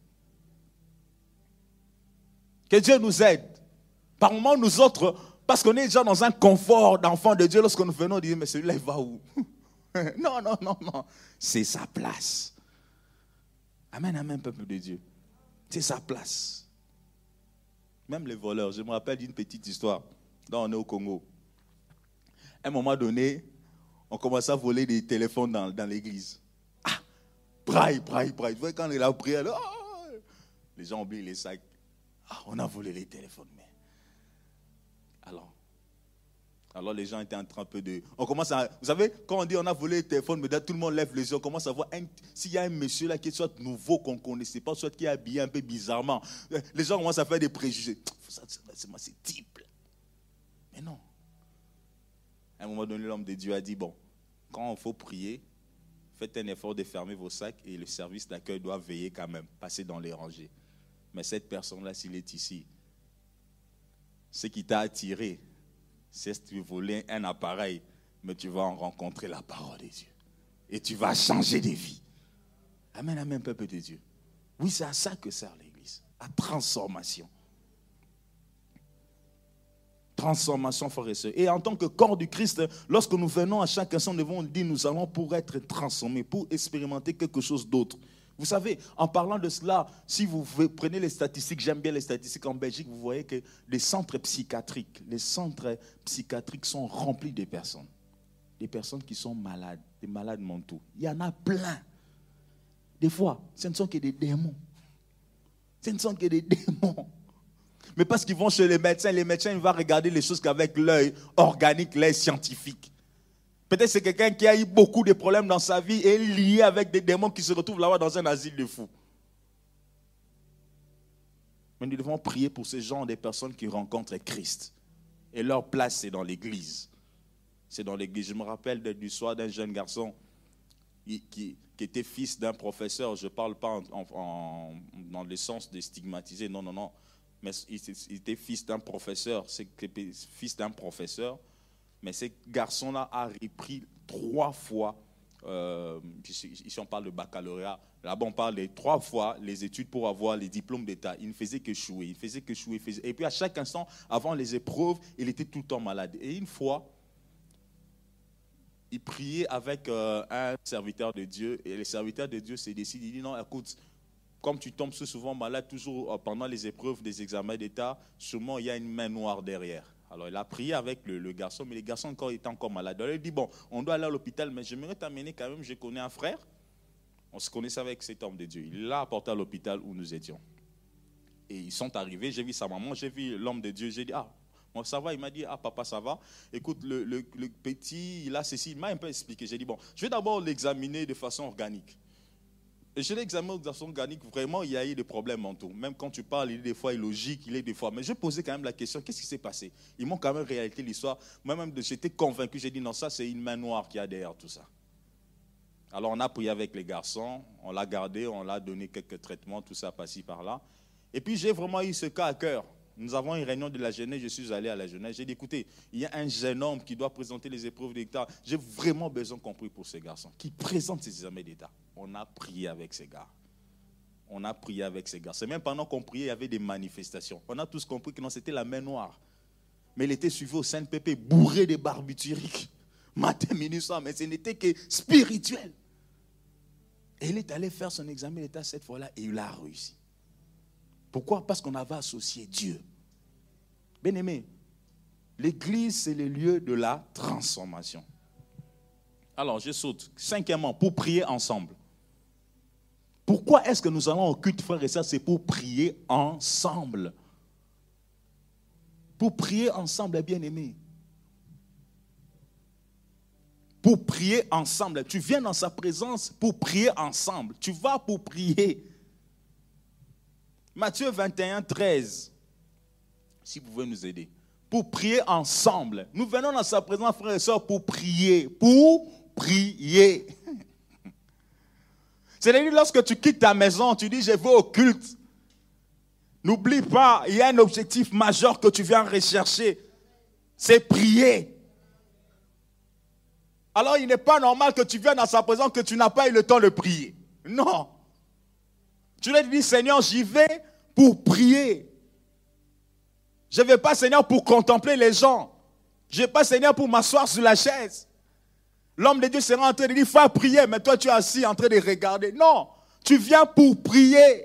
Que Dieu nous aide. Par moments, nous autres, parce qu'on est déjà dans un confort d'enfant de Dieu, lorsque nous venons, on dit, mais celui-là, il va où? Non, non, non, non. C'est sa place. Amen, amen, peuple de Dieu. C'est sa place. Même les voleurs, je me rappelle d'une petite histoire. Là, on est au Congo. À un moment donné, on commençait à voler des téléphones dans, dans l'église. Ah, braille, braille, braille. Tu vois, quand il a prié, là, oh, les gens oublient les sacs. Ah, on a volé les téléphones. Mais... Alors, alors les gens étaient en train un peu de... On commence à... Vous savez, quand on dit on a volé les téléphones, mais tout le monde lève les yeux, on commence à voir... Un... S'il y a un monsieur là qui est soit nouveau, qu'on ne connaissait pas, soit qui est habillé un peu bizarrement, les gens commencent à faire des préjugés. C'est type. Mais non. À un moment donné, l'homme de Dieu a dit, bon, quand il faut prier, faites un effort de fermer vos sacs et le service d'accueil doit veiller quand même, passer dans les rangées. Mais cette personne-là, s'il est ici, ce qui t'a attiré, c'est que tu volais un appareil, mais tu vas en rencontrer la parole de Dieu. Et tu vas changer de vie. Amen, amen, peuple de Dieu. Oui, c'est à ça que sert l'Église, à transformation. Transformation, frères et sœurs. Et en tant que corps du Christ, lorsque nous venons à chaque instant, nous devons dire, nous allons pour être transformés, pour expérimenter quelque chose d'autre. Vous savez, en parlant de cela, si vous prenez les statistiques, j'aime bien les statistiques en Belgique, vous voyez que les centres psychiatriques, les centres psychiatriques sont remplis de personnes. Des personnes qui sont malades, des malades mentaux. Il y en a plein. Des fois, ce ne sont que des démons. Ce ne sont que des démons. Mais parce qu'ils vont chez les médecins, les médecins ils vont regarder les choses qu'avec l'œil organique, l'œil scientifique. Peut-être que c'est quelqu'un qui a eu beaucoup de problèmes dans sa vie et est lié avec des démons qui se retrouvent là-bas dans un asile de fous. Mais nous devons prier pour ces gens, des personnes qui rencontrent Christ. Et leur place, c'est dans l'église. C'est dans l'église. Je me rappelle du soir d'un jeune garçon qui, qui, qui était fils d'un professeur. Je ne parle pas en, en, en, dans le sens de stigmatiser, non, non, non. Mais il, il était fils d'un professeur. C'est fils d'un professeur. Mais ce garçon-là a repris trois fois, euh, ici on parle de baccalauréat, là-bas on parle de trois fois les études pour avoir les diplômes d'État. Il ne faisait que chouer, il faisait que chouer. Faisait... Et puis à chaque instant, avant les épreuves, il était tout le temps malade. Et une fois, il priait avec euh, un serviteur de Dieu, et le serviteur de Dieu s'est décidé, il dit non, écoute, comme tu tombes souvent malade, toujours pendant les épreuves des examens d'État, sûrement il y a une main noire derrière. Alors il a prié avec le, le garçon, mais le garçon encore, était encore malade. Alors il dit, bon, on doit aller à l'hôpital, mais j'aimerais t'amener quand même, je connais un frère. On se connaissait avec cet homme de Dieu. Il l'a apporté à l'hôpital où nous étions. Et ils sont arrivés, j'ai vu sa maman, j'ai vu l'homme de Dieu, j'ai dit, ah, bon, ça va, il m'a dit, ah papa, ça va. Écoute, le, le, le petit, il a ceci, il m'a un peu expliqué. J'ai dit, bon, je vais d'abord l'examiner de façon organique. Et je l'ai examiné de façon organique, vraiment, il y a eu des problèmes mentaux. Même quand tu parles, il est des fois illogique, il est des fois... Mais je posais quand même la question, qu'est-ce qui s'est passé? Ils m'ont quand même réalité l'histoire. Moi-même, j'étais convaincu, j'ai dit, non, ça, c'est une main noire qui a derrière tout ça. Alors, on a prié avec les garçons, on l'a gardé, on l'a donné quelques traitements, tout ça, par-ci, par-là. Et puis, j'ai vraiment eu ce cas à cœur. Nous avons une réunion de la jeunesse, je suis allé à la jeunesse. J'ai dit, écoutez, il y a un jeune homme qui doit présenter les épreuves d'État. J'ai vraiment besoin qu'on prie pour ce garçon, qui présente ses examens d'État. On a prié avec ces gars. On a prié avec ces gars. C'est même pendant qu'on priait, il y avait des manifestations. On a tous compris que non, c'était la main noire. Mais il était suivi au Saint-Pépé, bourré de barbituriques. Matin, minuit, soir, mais ce n'était que spirituel. Et il est allé faire son examen d'État cette fois-là et il a réussi. Pourquoi? Parce qu'on avait associé Dieu. Bien-aimé, l'église, c'est le lieu de la transformation. Alors, je saute. Cinquièmement, pour prier ensemble. Pourquoi est-ce que nous allons au culte, frères et sœurs? C'est pour prier ensemble. Pour prier ensemble, bien-aimé. Pour prier ensemble. Tu viens dans sa présence pour prier ensemble. Tu vas pour prier. Matthieu vingt et un, treize. Si vous pouvez nous aider. Pour prier ensemble. Nous venons dans sa présence, frères et sœurs, pour prier. Pour prier. C'est-à-dire, lorsque tu quittes ta maison, tu dis, je vais au culte. N'oublie pas, il y a un objectif majeur que tu viens rechercher. C'est prier. Alors, il n'est pas normal que tu viennes dans sa présence, que tu n'as pas eu le temps de prier. Non. Tu lui dis, Seigneur, j'y vais pour prier. Je ne vais pas, Seigneur, pour contempler les gens. Je ne vais pas, Seigneur, pour m'asseoir sur la chaise. L'homme de Dieu sera en train de dire, il faut prier, mais toi, tu es assis en train de regarder. Non, tu viens pour prier.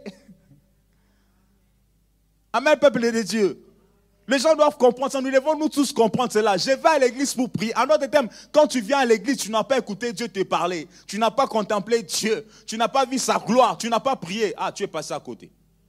Amen, peuple de Dieu. Les gens doivent comprendre ça. Nous devons nous tous comprendre cela. Je vais à l'église pour prier. En d'autres termes, quand tu viens à l'église, tu n'as pas écouté Dieu te parler. Tu n'as pas contemplé Dieu. Tu n'as pas vu sa gloire. Tu n'as pas prié. Ah, tu es passé à côté.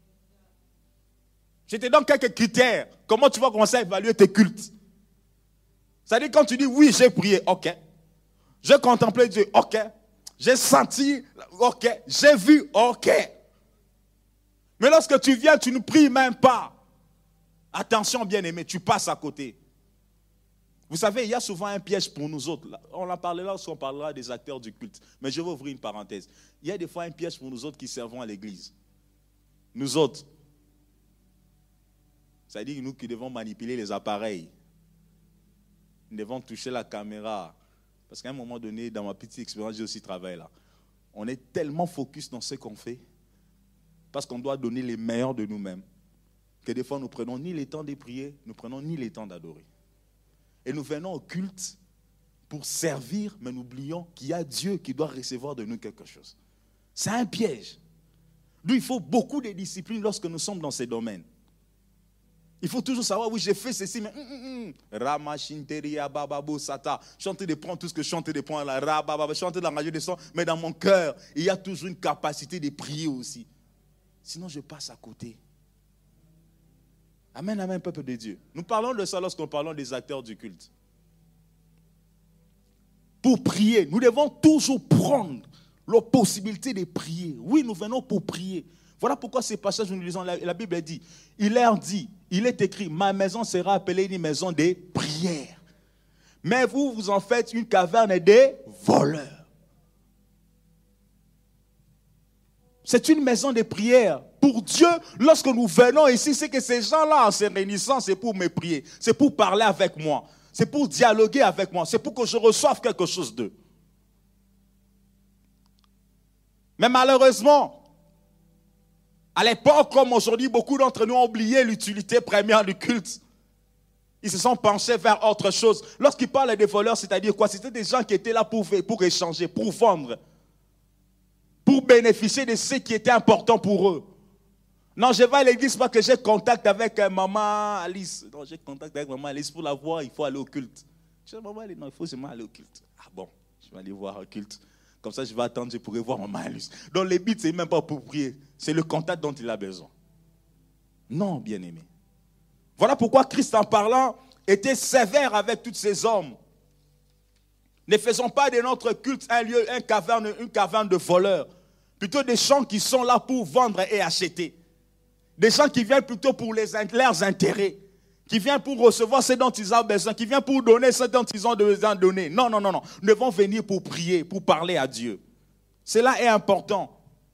Je te donne quelques critères. Comment tu vas commencer à évaluer tes cultes? C'est-à-dire quand tu dis, oui, j'ai prié, ok. J'ai contemplé Dieu, ok. J'ai senti, ok. J'ai vu, ok. Mais lorsque tu viens, tu ne pries même pas. Attention, bien-aimé, tu passes à côté. Vous savez, il y a souvent un piège pour nous autres. On en parlera lorsqu'on parlera des acteurs du culte. Mais je vais ouvrir une parenthèse. Il y a des fois un piège pour nous autres qui servons à l'église. Nous autres. C'est-à-dire nous qui devons manipuler les appareils. Nous devons toucher la caméra. Parce qu'à un moment donné, dans ma petite expérience, j'ai aussi travaillé là. On est tellement focus dans ce qu'on fait. Parce qu'on doit donner les meilleurs de nous-mêmes. Que des fois, nous prenons ni le temps de prier, nous prenons ni le temps d'adorer. Et nous venons au culte pour servir, mais nous oublions qu'il y a Dieu qui doit recevoir de nous quelque chose. C'est un piège. D'où il faut beaucoup de discipline lorsque nous sommes dans ces domaines. Il faut toujours savoir, oui, j'ai fait ceci, mais... Rama, Shinteria, Bababo, Sata. Je suis en train de prendre tout ce que je suis en train de prendre là. Rababa, je suis en train d'engager des sons, mais dans mon cœur, il y a toujours une capacité de prier aussi. Sinon, je passe à côté. Amen, amen, peuple de Dieu. Nous parlons de ça lorsqu'on parle des acteurs du culte. Pour prier, nous devons toujours prendre la possibilité de prier. Oui, nous venons pour prier. Voilà pourquoi ces passages, nous lisons, la, la Bible dit, il leur dit, il est écrit, ma maison sera appelée une maison des prières. Mais vous, vous en faites une caverne des voleurs. C'est une maison de prière. Pour Dieu, lorsque nous venons ici, c'est que ces gens-là, en se réunissant, c'est pour me prier. C'est pour parler avec moi. C'est pour dialoguer avec moi. C'est pour que je reçoive quelque chose d'eux. Mais malheureusement, à l'époque, comme aujourd'hui, beaucoup d'entre nous ont oublié l'utilité première du culte. Ils se sont penchés vers autre chose. Lorsqu'ils parlent des voleurs, c'est-à-dire quoi? C'était des gens qui étaient là pour, pour échanger, pour vendre, pour bénéficier de ce qui était important pour eux. Non, je vais à l'église parce que j'ai contact avec euh, maman Alice. Non, j'ai contact avec maman Alice. Pour la voir, il faut aller au culte. Je dis, maman Alice, non, il faut seulement aller au culte. Ah bon, je vais aller voir au culte. Comme ça, je vais attendre, je pourrai voir maman Alice. Donc, les bits, ce n'est même pas pour prier. C'est le contact dont il a besoin. Non, bien-aimé. Voilà pourquoi Christ, en parlant, était sévère avec tous ces hommes. Ne faisons pas de notre culte un lieu, une caverne, une caverne de voleurs. Plutôt des gens qui sont là pour vendre et acheter. Des gens qui viennent plutôt pour les, leurs intérêts. Qui viennent pour recevoir ce dont ils ont besoin. Qui viennent pour donner ce dont ils ont besoin de donner. Non, non, non, non. Nous devons venir pour prier, pour parler à Dieu. Cela est important.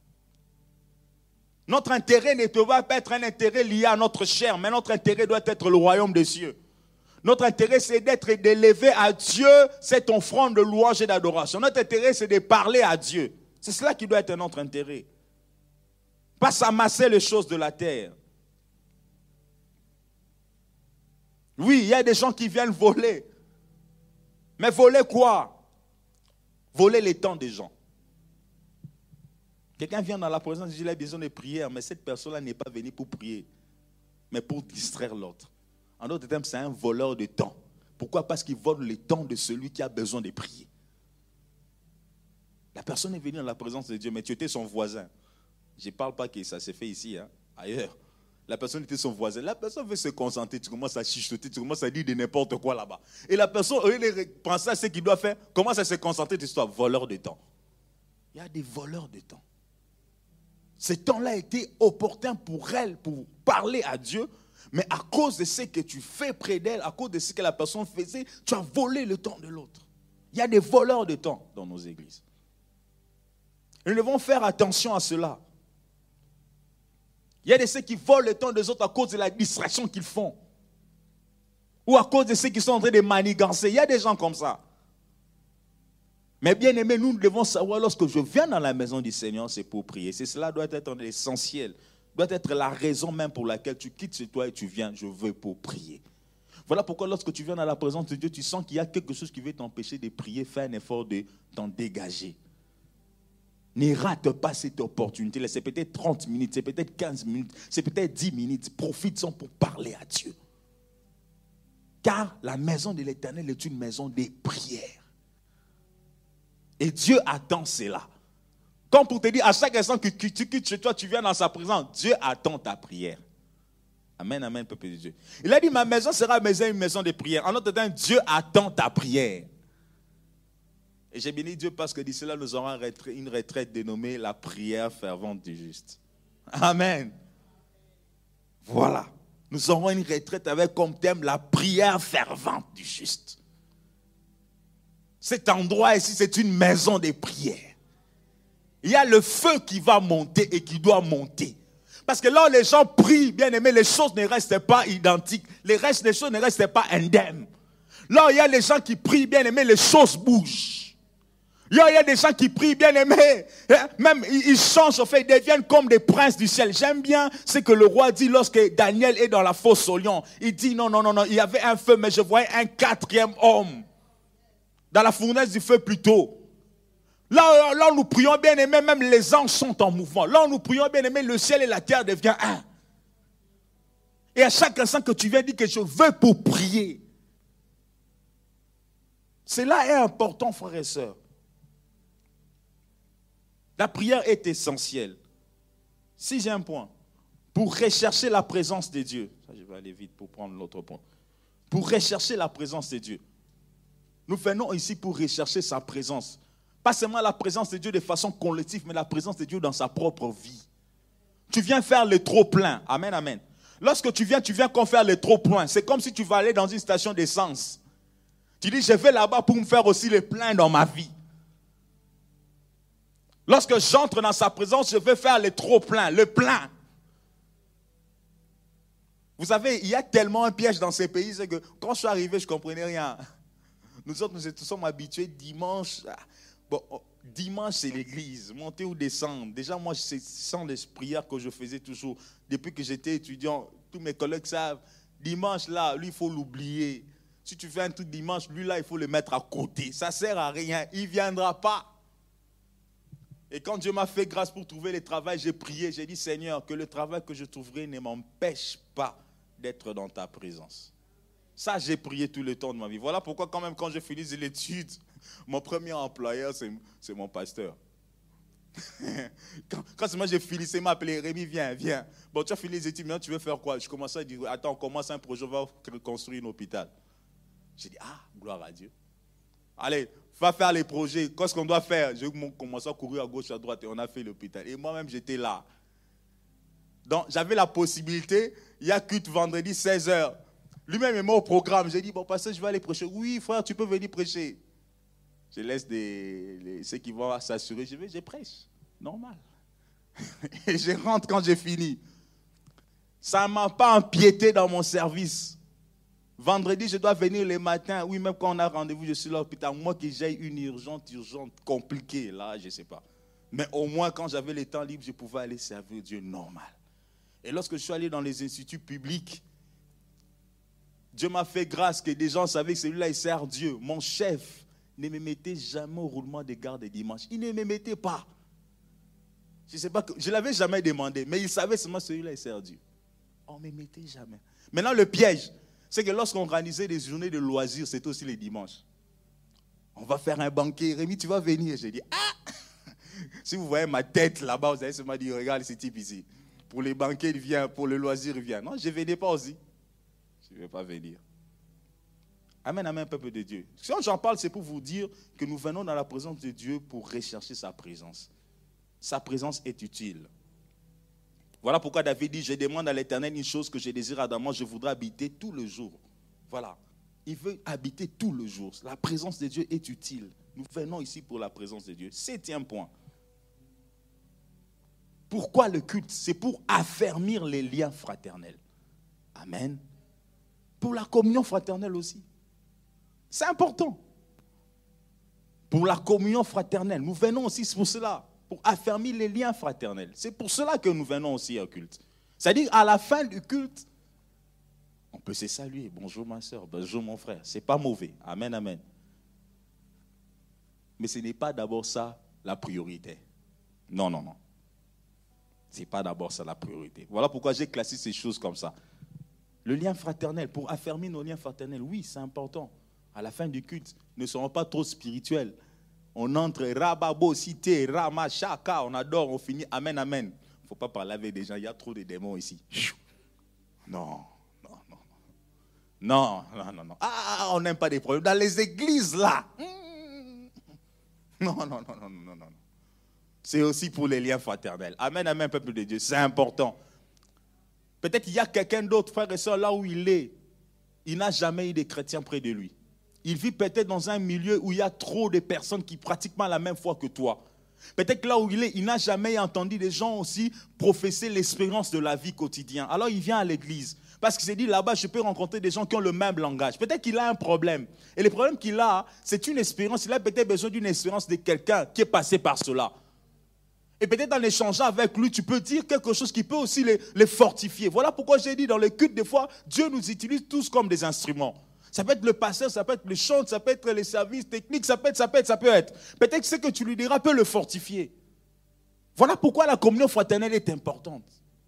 Notre intérêt ne doit pas être un intérêt lié à notre chair, mais notre intérêt doit être le royaume des cieux. Notre intérêt, c'est d'être d'élever à Dieu cette offrande de louange et d'adoration. Notre intérêt, c'est de parler à Dieu. C'est cela qui doit être notre intérêt. Pas s'amasser les choses de la terre. Oui, il y a des gens qui viennent voler. Mais voler quoi? Voler les temps des gens. Quelqu'un vient dans la présence, il dit, il a besoin de prière, mais cette personne-là n'est pas venue pour prier, mais pour distraire l'autre. En d'autres termes, c'est un voleur de temps. Pourquoi? Parce qu'il vole le temps de celui qui a besoin de prier. La personne est venue dans la présence de Dieu, mais tu étais son voisin. Je ne parle pas que ça s'est fait ici, hein, ailleurs. La personne était son voisin. La personne veut se concentrer, tu commences à chuchoter, tu commences à dire de n'importe quoi là-bas. Et la personne, au lieu de penser à ce qu'il doit faire, commence à se concentrer, tu sois voleur de temps. Il y a des voleurs de temps. Ce temps-là était opportun pour elle, pour parler à Dieu, mais à cause de ce que tu fais près d'elle, à cause de ce que la personne faisait, tu as volé le temps de l'autre. Il y a des voleurs de temps dans nos églises. Et nous devons faire attention à cela. Il y a de ceux qui volent le temps des autres à cause de la distraction qu'ils font. Ou à cause de ceux qui sont en train de manigancer. Il y a des gens comme ça. Mais bien aimé, nous devons savoir, lorsque je viens dans la maison du Seigneur, c'est pour prier. C'est cela doit être l'essentiel. Doit être la raison même pour laquelle tu quittes chez toi et tu viens. Je veux pour prier. Voilà pourquoi lorsque tu viens dans la présence de Dieu, tu sens qu'il y a quelque chose qui veut t'empêcher de prier. Fais un effort de t'en dégager. Ne rate pas cette opportunité. C'est peut-être trente minutes, c'est peut-être quinze minutes, c'est peut-être dix minutes. Profite-en pour parler à Dieu. Car la maison de l'Éternel est une maison de prière. Et Dieu attend cela. Comme pour te dire, à chaque instant que tu quittes chez toi, tu viens dans sa présence, Dieu attend ta prière. Amen, amen, peuple de Dieu. Il a dit, ma maison sera une maison de prière. En d'autres termes, Dieu attend ta prière. Et j'ai béni Dieu parce que d'ici cela, nous aurons une retraite dénommée la prière fervente du juste. Amen. Voilà. Nous aurons une retraite avec comme thème la prière fervente du juste. Cet endroit ici, c'est une maison de prière. Il y a le feu qui va monter et qui doit monter. Parce que là où les gens prient, bien aimé, les choses ne restent pas identiques. Les restes des choses ne restent pas indemnes. Là où il y a les gens qui prient, bien aimé, les choses bougent. Là, il y a des gens qui prient, bien aimés, même ils changent, en fait, ils deviennent comme des princes du ciel. J'aime bien ce que le roi dit lorsque Daniel est dans la fosse au lion. Il dit non, non, non, non, il y avait un feu, mais je voyais un quatrième homme. Dans la fournaise du feu plutôt. Là, là, nous prions, bien aimés, même les anges sont en mouvement. Là, nous prions, bien aimés, le ciel et la terre deviennent un. Et à chaque instant que tu viens dire que je veux pour prier. Cela est important, frères et sœurs. La prière est essentielle. Sixième point, pour rechercher la présence de Dieu. Ça, je vais aller vite pour prendre l'autre point. Pour rechercher la présence de Dieu. Nous venons ici pour rechercher sa présence. Pas seulement la présence de Dieu de façon collective, mais la présence de Dieu dans sa propre vie. Tu viens faire les trop-pleins. Amen, amen. Lorsque tu viens, tu viens comme faire les trop-pleins. C'est comme si tu vas aller dans une station d'essence. Tu dis, je vais là-bas pour me faire aussi les pleins dans ma vie. Lorsque j'entre dans sa présence, je vais faire les trop-pleins, le plein. Vous savez, il y a tellement un piège dans ces pays, c'est que quand je suis arrivé, je ne comprenais rien. Nous autres, nous sommes habitués dimanche. Bon, dimanche, c'est l'église, monter ou descendre. Déjà, moi, c'est sans les prières que je faisais toujours. Depuis que j'étais étudiant, tous mes collègues savent, dimanche, là, lui, il faut l'oublier. Si tu fais un truc dimanche, lui, là, il faut le mettre à côté. Ça ne sert à rien, il ne viendra pas. Et quand Dieu m'a fait grâce pour trouver le travail, j'ai prié, j'ai dit, Seigneur, que le travail que je trouverai ne m'empêche pas d'être dans ta présence. Ça, j'ai prié tout le temps de ma vie. Voilà pourquoi quand même quand je finis l'étude, mon premier employeur, c'est, c'est mon pasteur. quand, quand moi j'ai fini, c'est m'appeler Rémi, viens, viens. Bon, tu as fini les études, maintenant tu veux faire quoi? Je commençais à dire, attends, on commence un projet, on va construire un hôpital. J'ai dit, ah, gloire à Dieu. Allez, va faire les projets. Qu'est-ce qu'on doit faire? J'ai commencé à courir à gauche, à droite et on a fait l'hôpital. Et moi-même, j'étais là. Donc, j'avais la possibilité, il y a culte vendredi, seize heures. Lui-même est mort au programme. J'ai dit, bon, pasteur, je vais aller prêcher. Oui, frère, tu peux venir prêcher. Je laisse des, les, ceux qui vont s'assurer. Je vais, je prêche. Normal. Et je rentre quand j'ai fini. Ça ne m'a pas empiété dans mon service. Vendredi, je dois venir le matin. Oui, même quand on a rendez-vous, je suis là à l'hôpital. Moi, que j'ai une urgente, urgente, compliquée, là, je ne sais pas. Mais au moins, quand j'avais le temps libre, je pouvais aller servir Dieu normal. Et lorsque je suis allé dans les instituts publics, Dieu m'a fait grâce que des gens savaient que celui-là, il sert Dieu. Mon chef ne me mettait jamais au roulement des gardes dimanche. Il ne me mettait pas. Je ne sais pas, je ne l'avais jamais demandé, mais il savait seulement que celui-là, il sert Dieu. On ne me mettait jamais. Maintenant, le piège, c'est que lorsqu'on organisait des journées de loisirs, c'était aussi les dimanches. On va faire un banquet. Rémi, tu vas venir. J'ai dit, ah! Si vous voyez ma tête là-bas, vous allez seulement dire, regarde ce type ici. Pour les banquets, il vient. Pour le loisir, il vient. Non, je ne venais pas aussi. Je ne vais pas venir. Amen, amen, peuple de Dieu. Si j'en parle, c'est pour vous dire que nous venons dans la présence de Dieu pour rechercher sa présence. Sa présence est utile. Voilà pourquoi David dit, je demande à l'Éternel une chose que je désire ardemment, je voudrais habiter tout le jour. Voilà. Il veut habiter tout le jour. La présence de Dieu est utile. Nous venons ici pour la présence de Dieu. Septième point. Pourquoi le culte? C'est pour affermir les liens fraternels. Amen. Pour la communion fraternelle aussi. C'est important. Pour la communion fraternelle. Nous venons aussi pour cela. Pour affermir les liens fraternels. C'est pour cela que nous venons aussi au culte. C'est-à-dire, à la fin du culte, on peut se saluer. Bonjour ma soeur, bonjour mon frère. Ce n'est pas mauvais. Amen, amen. Mais ce n'est pas d'abord ça la priorité. Non, non, non. Ce n'est pas d'abord ça la priorité. Voilà pourquoi j'ai classé ces choses comme ça. Le lien fraternel, pour affermir nos liens fraternels, oui, c'est important. À la fin du culte, ne serons pas trop spirituels. On entre, rababo, cité, rama, chaka, on adore, on finit, amen, amen. Il ne faut pas parler avec des gens, il y a trop de démons ici. Non, non, non. Non, non, non, non. Ah, on n'aime pas des problèmes. Dans les églises, là. Non, non, non, non, non, non. C'est aussi pour les liens fraternels. Amen, amen, peuple de Dieu, c'est important. Peut-être qu'il y a quelqu'un d'autre, frère et soeur, là où il est. Il n'a jamais eu de chrétiens près de lui. Il vit peut-être dans un milieu où il y a trop de personnes qui pratiquent la même foi que toi. Peut-être que là où il est, il n'a jamais entendu des gens aussi professer l'expérience de la vie quotidienne. Alors il vient à l'église. Parce qu'il s'est dit, là-bas, je peux rencontrer des gens qui ont le même langage. Peut-être qu'il a un problème. Et le problème qu'il a, c'est une expérience. Il a peut-être besoin d'une expérience de quelqu'un qui est passé par cela. Et peut-être en échangeant avec lui, tu peux dire quelque chose qui peut aussi les, les fortifier. Voilà pourquoi j'ai dit dans le culte, des fois, Dieu nous utilise tous comme des instruments. Ça peut être le pasteur, ça peut être le chant, ça peut être les services techniques, ça peut être, ça peut être, ça peut être. Peut-être que ce que tu lui diras peut le fortifier. Voilà pourquoi la communion fraternelle est importante.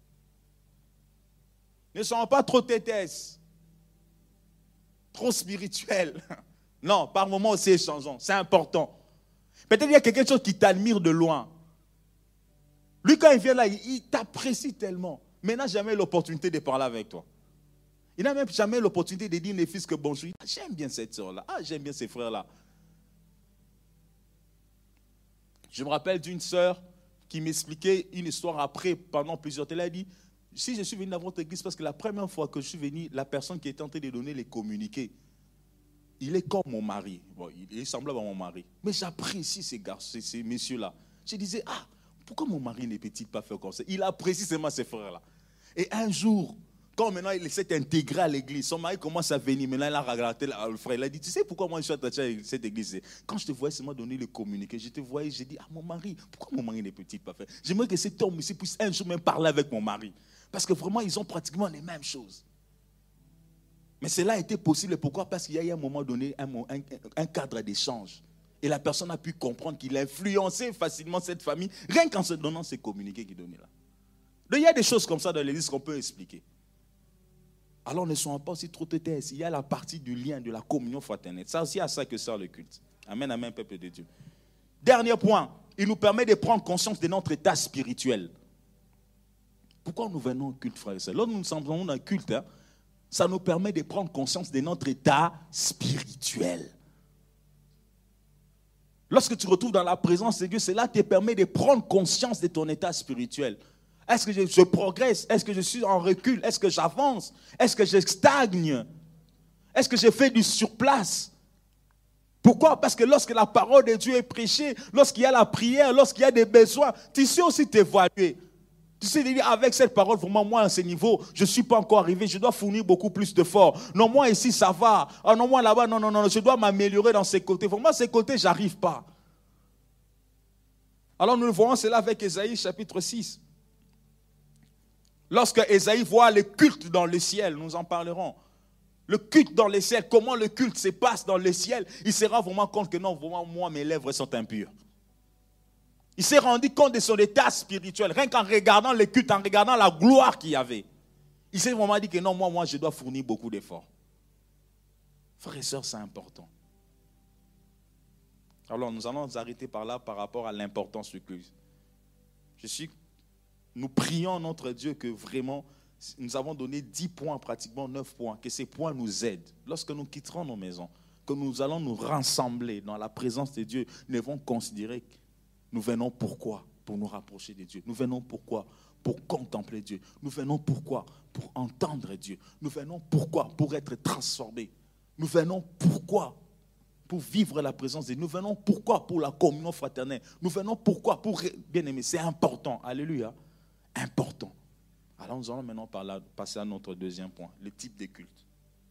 Ne soyons pas trop tétesses, trop spirituels. Non, par moments aussi échangeons. C'est important. Peut-être qu'il y a quelque chose qui t'admire de loin. Lui, quand il vient là, il, il t'apprécie tellement. Mais il n'a jamais l'opportunité de parler avec toi. Il n'a même jamais l'opportunité de dire mes fils que bonjour. Ah, j'aime bien cette soeur-là. Ah, j'aime bien ces frères-là. Je me rappelle d'une soeur qui qui m'expliquait une histoire après, pendant plusieurs temps. Elle a dit, si je suis venu dans votre église, parce que la première fois que je suis venu, la personne qui était en train de donner les communiqués, il est comme mon mari. Bon, il est semblable à mon mari. Mais j'apprécie ces garçons, ces, ces messieurs-là. Je disais, ah, pourquoi mon mari ne peut-il pas faire comme ça? Il apprécie seulement ces frères-là. Et un jour, quand maintenant il s'est intégré à l'église, son mari commence à venir. Maintenant, il a regardé le frère. Il a dit, tu sais pourquoi moi je suis attaché à cette église? Quand je te voyais seulement donner le communiqué, je te voyais, j'ai dit, ah, mon mari, pourquoi mon mari ne peut-il pas faire? J'aimerais que cet homme ici puisse un jour même parler avec mon mari. Parce que vraiment, ils ont pratiquement les mêmes choses. Mais cela a été possible. Pourquoi? Parce qu'il y a eu à un moment donné un, un, un cadre d'échange. Et la personne a pu comprendre qu'il a influencé facilement cette famille, rien qu'en se donnant ces communiqués qu'il donnait là. Donc il y a des choses comme ça dans l'église qu'on peut expliquer. Alors ne soyons pas aussi trop têtes. Il y a la partie du lien, de la communion fraternelle. Ça aussi à ça que sert le culte. Amen, amen, peuple de Dieu. Dernier point, il nous permet de prendre conscience de notre état spirituel. Pourquoi nous venons au culte, frères et sœurs? Lorsque nous nous semblons dans un culte, hein, ça nous permet de prendre conscience de notre état spirituel. Lorsque tu te retrouves dans la présence de Dieu, cela te permet de prendre conscience de ton état spirituel. Est-ce que je, je progresse? Est-ce que je suis en recul? Est-ce que j'avance? Est-ce que je stagne? Est-ce que je fais du surplace? Pourquoi? Parce que lorsque la parole de Dieu est prêchée, lorsqu'il y a la prière, lorsqu'il y a des besoins, tu sais aussi t'évaluer. Tu sais, avec cette parole, vraiment, moi, à ce niveau, je ne suis pas encore arrivé, je dois fournir beaucoup plus d'efforts. Non, moi, ici, ça va. Ah non, moi, là-bas, non, non, non, je dois m'améliorer dans ces côtés. Vraiment, ces côtés, je n'arrive pas. Alors, nous voyons cela avec Ésaïe, chapitre six. Lorsque Ésaïe voit le culte dans le ciel, nous en parlerons. Le culte dans le ciel, comment le culte se passe dans le ciel, il se rend vraiment compte que non, vraiment, moi, mes lèvres sont impures. Il s'est rendu compte de son état spirituel, rien qu'en regardant le culte, en regardant la gloire qu'il y avait. Il s'est vraiment dit que non, moi, moi, je dois fournir beaucoup d'efforts. Frères et sœurs, c'est important. Alors, nous allons nous arrêter par là par rapport à l'importance du culte. Je suis, nous prions notre Dieu que vraiment, nous avons donné dix points, pratiquement neuf points, que ces points nous aident. Lorsque nous quitterons nos maisons, que nous allons nous rassembler dans la présence de Dieu, nous devons considérer que nous venons pourquoi? Pour nous rapprocher de Dieu. Nous venons pourquoi? Pour contempler Dieu. Nous venons pourquoi? Pour entendre Dieu. Nous venons pourquoi? Pour être transformés. Nous venons pourquoi? Pour vivre la présence de Dieu. Nous venons pourquoi? Pour la communion fraternelle. Nous venons pourquoi? Pour, bien aimé, c'est important. Alléluia. Important. Alors nous allons maintenant passer à notre deuxième point, le type de culte.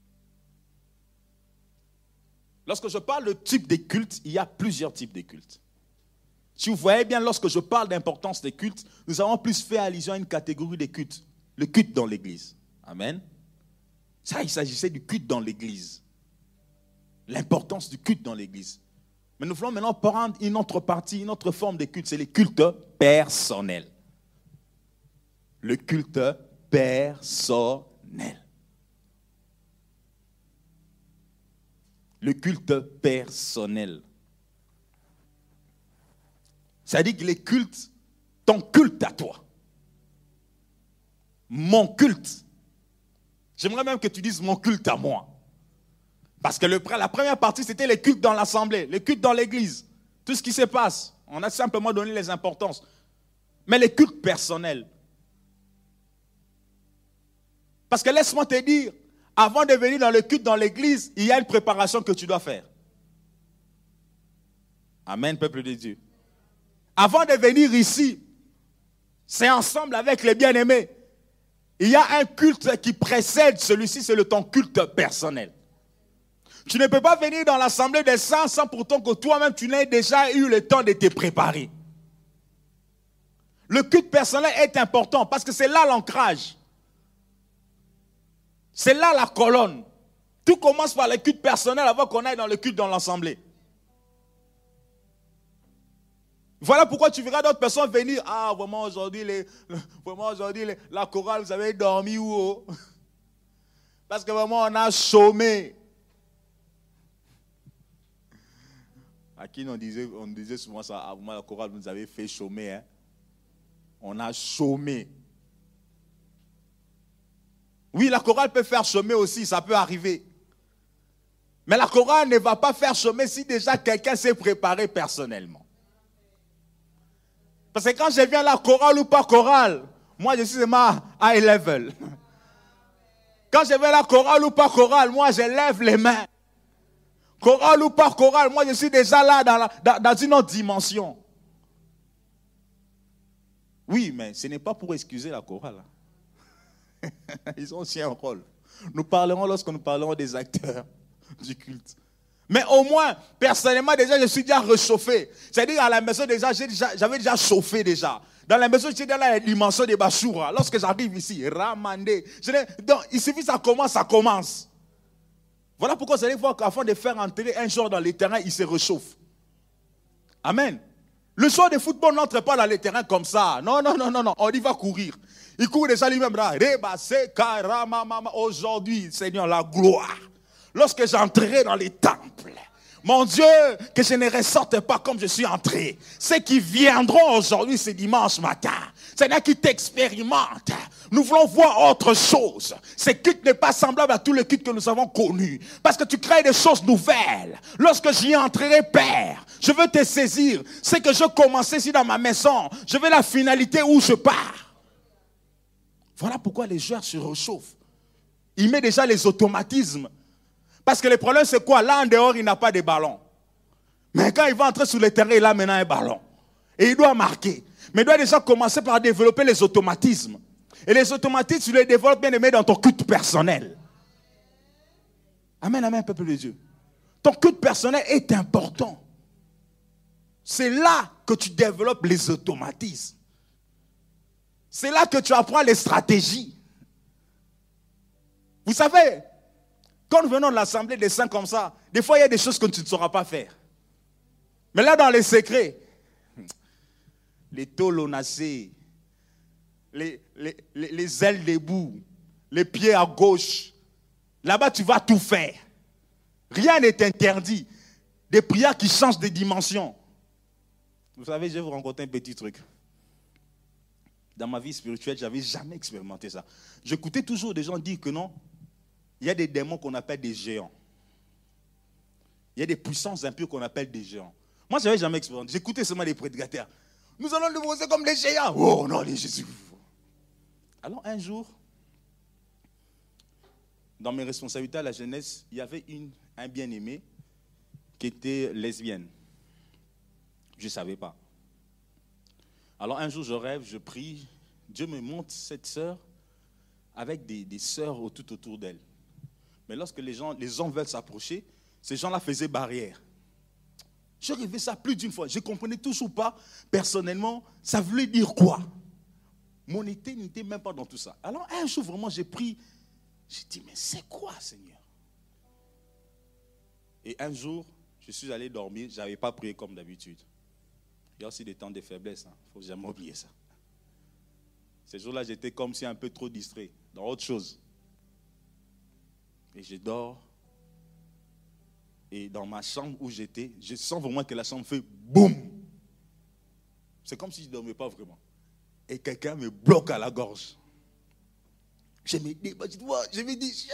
Lorsque je parle de type de culte, il y a plusieurs types de cultes. Si vous voyez bien, lorsque je parle d'importance des cultes, nous avons plus fait allusion à une catégorie de cultes. Le culte dans l'église. Amen. Ça, il s'agissait du culte dans l'église. L'importance du culte dans l'église. Mais nous voulons maintenant prendre une autre partie, une autre forme de culte. C'est le culte personnel. Le culte personnel. Le culte personnel. C'est-à-dire que les cultes, ton culte à toi. Mon culte. J'aimerais même que tu dises mon culte à moi. Parce que le, la première partie, c'était les cultes dans l'assemblée, les cultes dans l'église. Tout ce qui se passe. On a simplement donné les importances. Mais les cultes personnels. Parce que laisse-moi te dire, avant de venir dans le culte dans l'église, il y a une préparation que tu dois faire. Amen, peuple de Dieu. Avant de venir ici, c'est ensemble avec les bien-aimés. Il y a un culte qui précède celui-ci, c'est le ton culte personnel. Tu ne peux pas venir dans l'assemblée des saints sans pourtant que toi-même tu n'aies déjà eu le temps de te préparer. Le culte personnel est important parce que c'est là l'ancrage. C'est là la colonne. Tout commence par le culte personnel avant qu'on aille dans le culte dans l'assemblée. Voilà pourquoi tu verras d'autres personnes venir. Ah, vraiment aujourd'hui, les, vraiment aujourd'hui les, la chorale, vous avez dormi où oh? Parce que vraiment, on a chômé. À qui on disait, on disait souvent ça, ah, vraiment, la chorale, vous nous avez fait chômer. Hein? On a chômé. Oui, la chorale peut faire chômer aussi, ça peut arriver. Mais la chorale ne va pas faire chômer si déjà quelqu'un s'est préparé personnellement. Parce que quand je viens là, chorale ou pas chorale, moi je suis ma high level. Quand je vais là, chorale ou pas chorale, moi je lève les mains. Chorale ou pas chorale, moi je suis déjà là dans, la, dans, dans une autre dimension. Oui, mais ce n'est pas pour excuser la chorale. Ils ont aussi un rôle. Nous parlerons lorsque nous parlerons des acteurs du culte. Mais au moins, personnellement, déjà, je suis déjà réchauffé. C'est-à-dire, à la maison, déjà, j'avais déjà chauffé déjà. Dans la maison, j'étais dans la dimension des Bachoura. Lorsque j'arrive ici, Ramandé. Donc, il suffit que ça commence, ça commence. Voilà pourquoi vous allez voir qu'avant de faire entrer un joueur dans les terrains, il se réchauffe. Amen. Le joueur de football n'entre pas dans les terrains comme ça. Non, non, non, non, non. On y va courir. Il court déjà lui-même là. Aujourd'hui, Seigneur, la gloire. Lorsque j'entrerai dans les temples, mon Dieu, que je ne ressorte pas comme je suis entré. Ceux qui viendront aujourd'hui, ce dimanche matin, Seigneur, qui t'expérimentent. Nous voulons voir autre chose. Ce culte n'est pas semblable à tous les cultes que nous avons connus. Parce que tu crées des choses nouvelles. Lorsque j'y entrerai, Père, je veux te saisir. C'est que je commençais ici dans ma maison. Je veux la finalité où je pars. Voilà pourquoi les joueurs se réchauffent. Il met déjà les automatismes. Parce que le problème, c'est quoi? Là, en dehors, il n'a pas de ballon. Mais quand il va entrer sur le terrain, il a maintenant un ballon. Et il doit marquer. Mais il doit déjà commencer par développer les automatismes. Et les automatismes, tu les développes bien aimé dans ton culte personnel. Amen, amen, peuple de Dieu. Ton culte personnel est important. C'est là que tu développes les automatismes. C'est là que tu apprends les stratégies. Vous savez, quand nous venons de l'assemblée des saints comme ça, des fois il y a des choses que tu ne sauras pas faire. Mais là dans les secrets, les tolonacés, les, les, les, les ailes debout, les pieds à gauche, là-bas tu vas tout faire. Rien n'est interdit. Des prières qui changent de dimension. Vous savez, je vais vous raconter un petit truc. Dans ma vie spirituelle, je n'avais jamais expérimenté ça. J'écoutais toujours des gens dire que non, il y a des démons qu'on appelle des géants. Il y a des puissances impures qu'on appelle des géants. Moi, je n'avais jamais expérimenté. J'écoutais seulement les prédicateurs. Nous allons le brosser comme les géants. Oh non, les Jésus. Alors un jour, dans mes responsabilités à la jeunesse, il y avait une, un bien-aimé qui était lesbienne. Je ne savais pas. Alors un jour, je rêve, je prie. Dieu me montre cette sœur avec des, des sœurs tout autour d'elle. Mais lorsque les gens, les hommes veulent s'approcher, ces gens-là faisaient barrière. Je rêvais ça plus d'une fois. Je ne comprenais toujours pas, personnellement, ça voulait dire quoi. Mon été n'était même pas dans tout ça. Alors un jour, vraiment, j'ai pris, j'ai dit, mais c'est quoi, Seigneur? Et un jour, je suis allé dormir, je n'avais pas prié comme d'habitude. Il y a aussi des temps de faiblesse, il hein. ne faut jamais oublier ça. Ces jours-là, j'étais comme si un peu trop distrait, dans autre chose. Et je dors. Et dans ma chambre où j'étais, je sens vraiment que la chambre fait boum. C'est comme si je ne dormais pas vraiment. Et quelqu'un me bloque à la gorge. Je me débat, je me dis,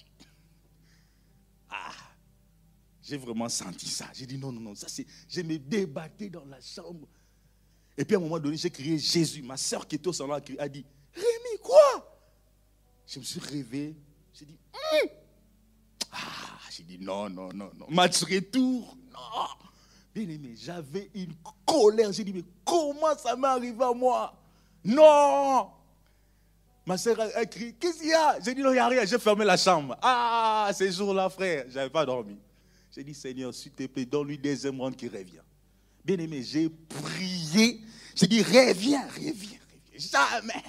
ah, j'ai vraiment senti ça. J'ai dit non, non, non, ça c'est. Je me débattais dans la chambre. Et puis à un moment donné, j'ai crié Jésus. Ma soeur qui était au salon a dit, Rémi, quoi? Je me suis réveillé. J'ai dit, hum. Ah, j'ai dit non, non, non, non. Match retour, non. Bien aimé, j'avais une colère. J'ai dit, mais comment ça m'est arrivé à moi? Non. Ma soeur a crié, qu'est-ce qu'il y a? J'ai dit, non, il n'y a rien. J'ai fermé la chambre. Ah, ces jours-là, frère, je n'avais pas dormi. J'ai dit, Seigneur, s'il te plaît, donne-lui des émeraudes qui revient. Bien aimé, j'ai prié. J'ai dit, reviens, reviens, reviens. Jamais.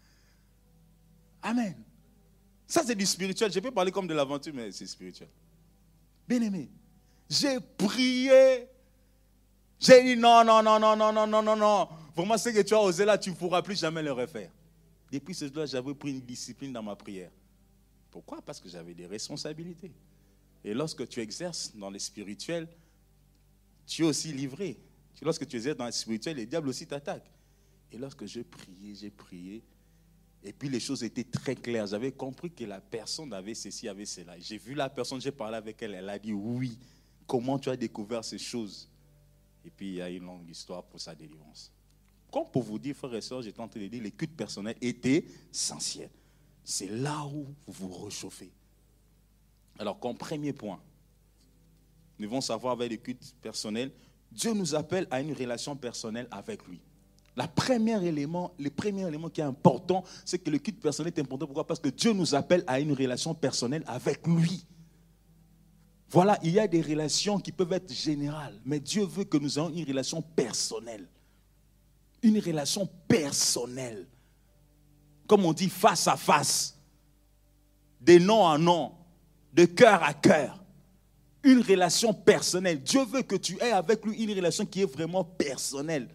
Amen. Ça, c'est du spirituel. Je peux parler comme de l'aventure, mais c'est spirituel. Bien aimé, j'ai prié. J'ai dit non, non, non, non, non, non, non, non, non. Vraiment, ce que tu as osé là, tu ne pourras plus jamais le refaire. Depuis ce jour-là, j'avais pris une discipline dans ma prière. Pourquoi? Parce que j'avais des responsabilités. Et lorsque tu exerces dans le spirituel, tu es aussi livré. Lorsque tu exerces dans le spirituel, le diable aussi t'attaque. Et lorsque je priais, j'ai prié, et puis les choses étaient très claires. J'avais compris que la personne avait ceci, avait cela. J'ai vu la personne, j'ai parlé avec elle, elle a dit oui. Comment tu as découvert ces choses? Et puis il y a une longue histoire pour sa délivrance. Comme pour vous dire, frères et sœurs, j'étais en train de dire, les cultes personnels étaient essentiels. C'est là où vous vous réchauffez. Alors, comme premier point, nous devons savoir avec les cultes personnels, Dieu nous appelle à une relation personnelle avec lui. La première élément, le premier élément qui est important, c'est que le culte personnel est important. Pourquoi? Parce que Dieu nous appelle à une relation personnelle avec lui. Voilà, il y a des relations qui peuvent être générales, mais Dieu veut que nous ayons une relation personnelle. Une relation personnelle. Comme on dit, face à face. De nom à nom. De cœur à cœur. Une relation personnelle. Dieu veut que tu aies avec lui une relation qui est vraiment personnelle.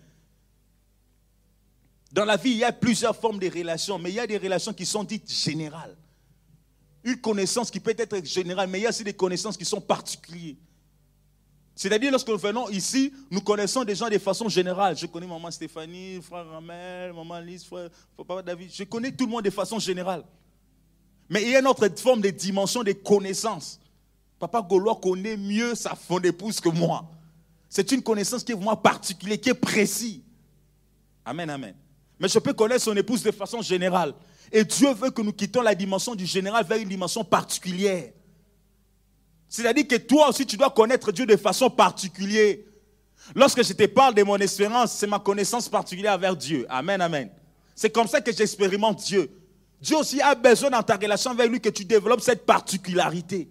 Dans la vie, il y a plusieurs formes de relations, mais il y a des relations qui sont dites générales. Une connaissance qui peut être générale, mais il y a aussi des connaissances qui sont particulières. C'est-à-dire, lorsque nous venons ici, nous connaissons des gens de façon générale. Je connais maman Stéphanie, frère Ramel, maman Lise, frère, papa David. Je connais tout le monde de façon générale. Mais il y a une autre forme de dimension de connaissance. Papa Gaulois connaît mieux sa femme d'épouse que moi. C'est une connaissance qui est vraiment particulière, qui est précise. Amen, amen. Mais je peux connaître son épouse de façon générale. Et Dieu veut que nous quittions la dimension du général vers une dimension particulière. C'est-à-dire que toi aussi, tu dois connaître Dieu de façon particulière. Lorsque je te parle de mon espérance, c'est ma connaissance particulière vers Dieu. Amen, amen. C'est comme ça que j'expérimente Dieu. Dieu aussi a besoin dans ta relation avec lui que tu développes cette particularité.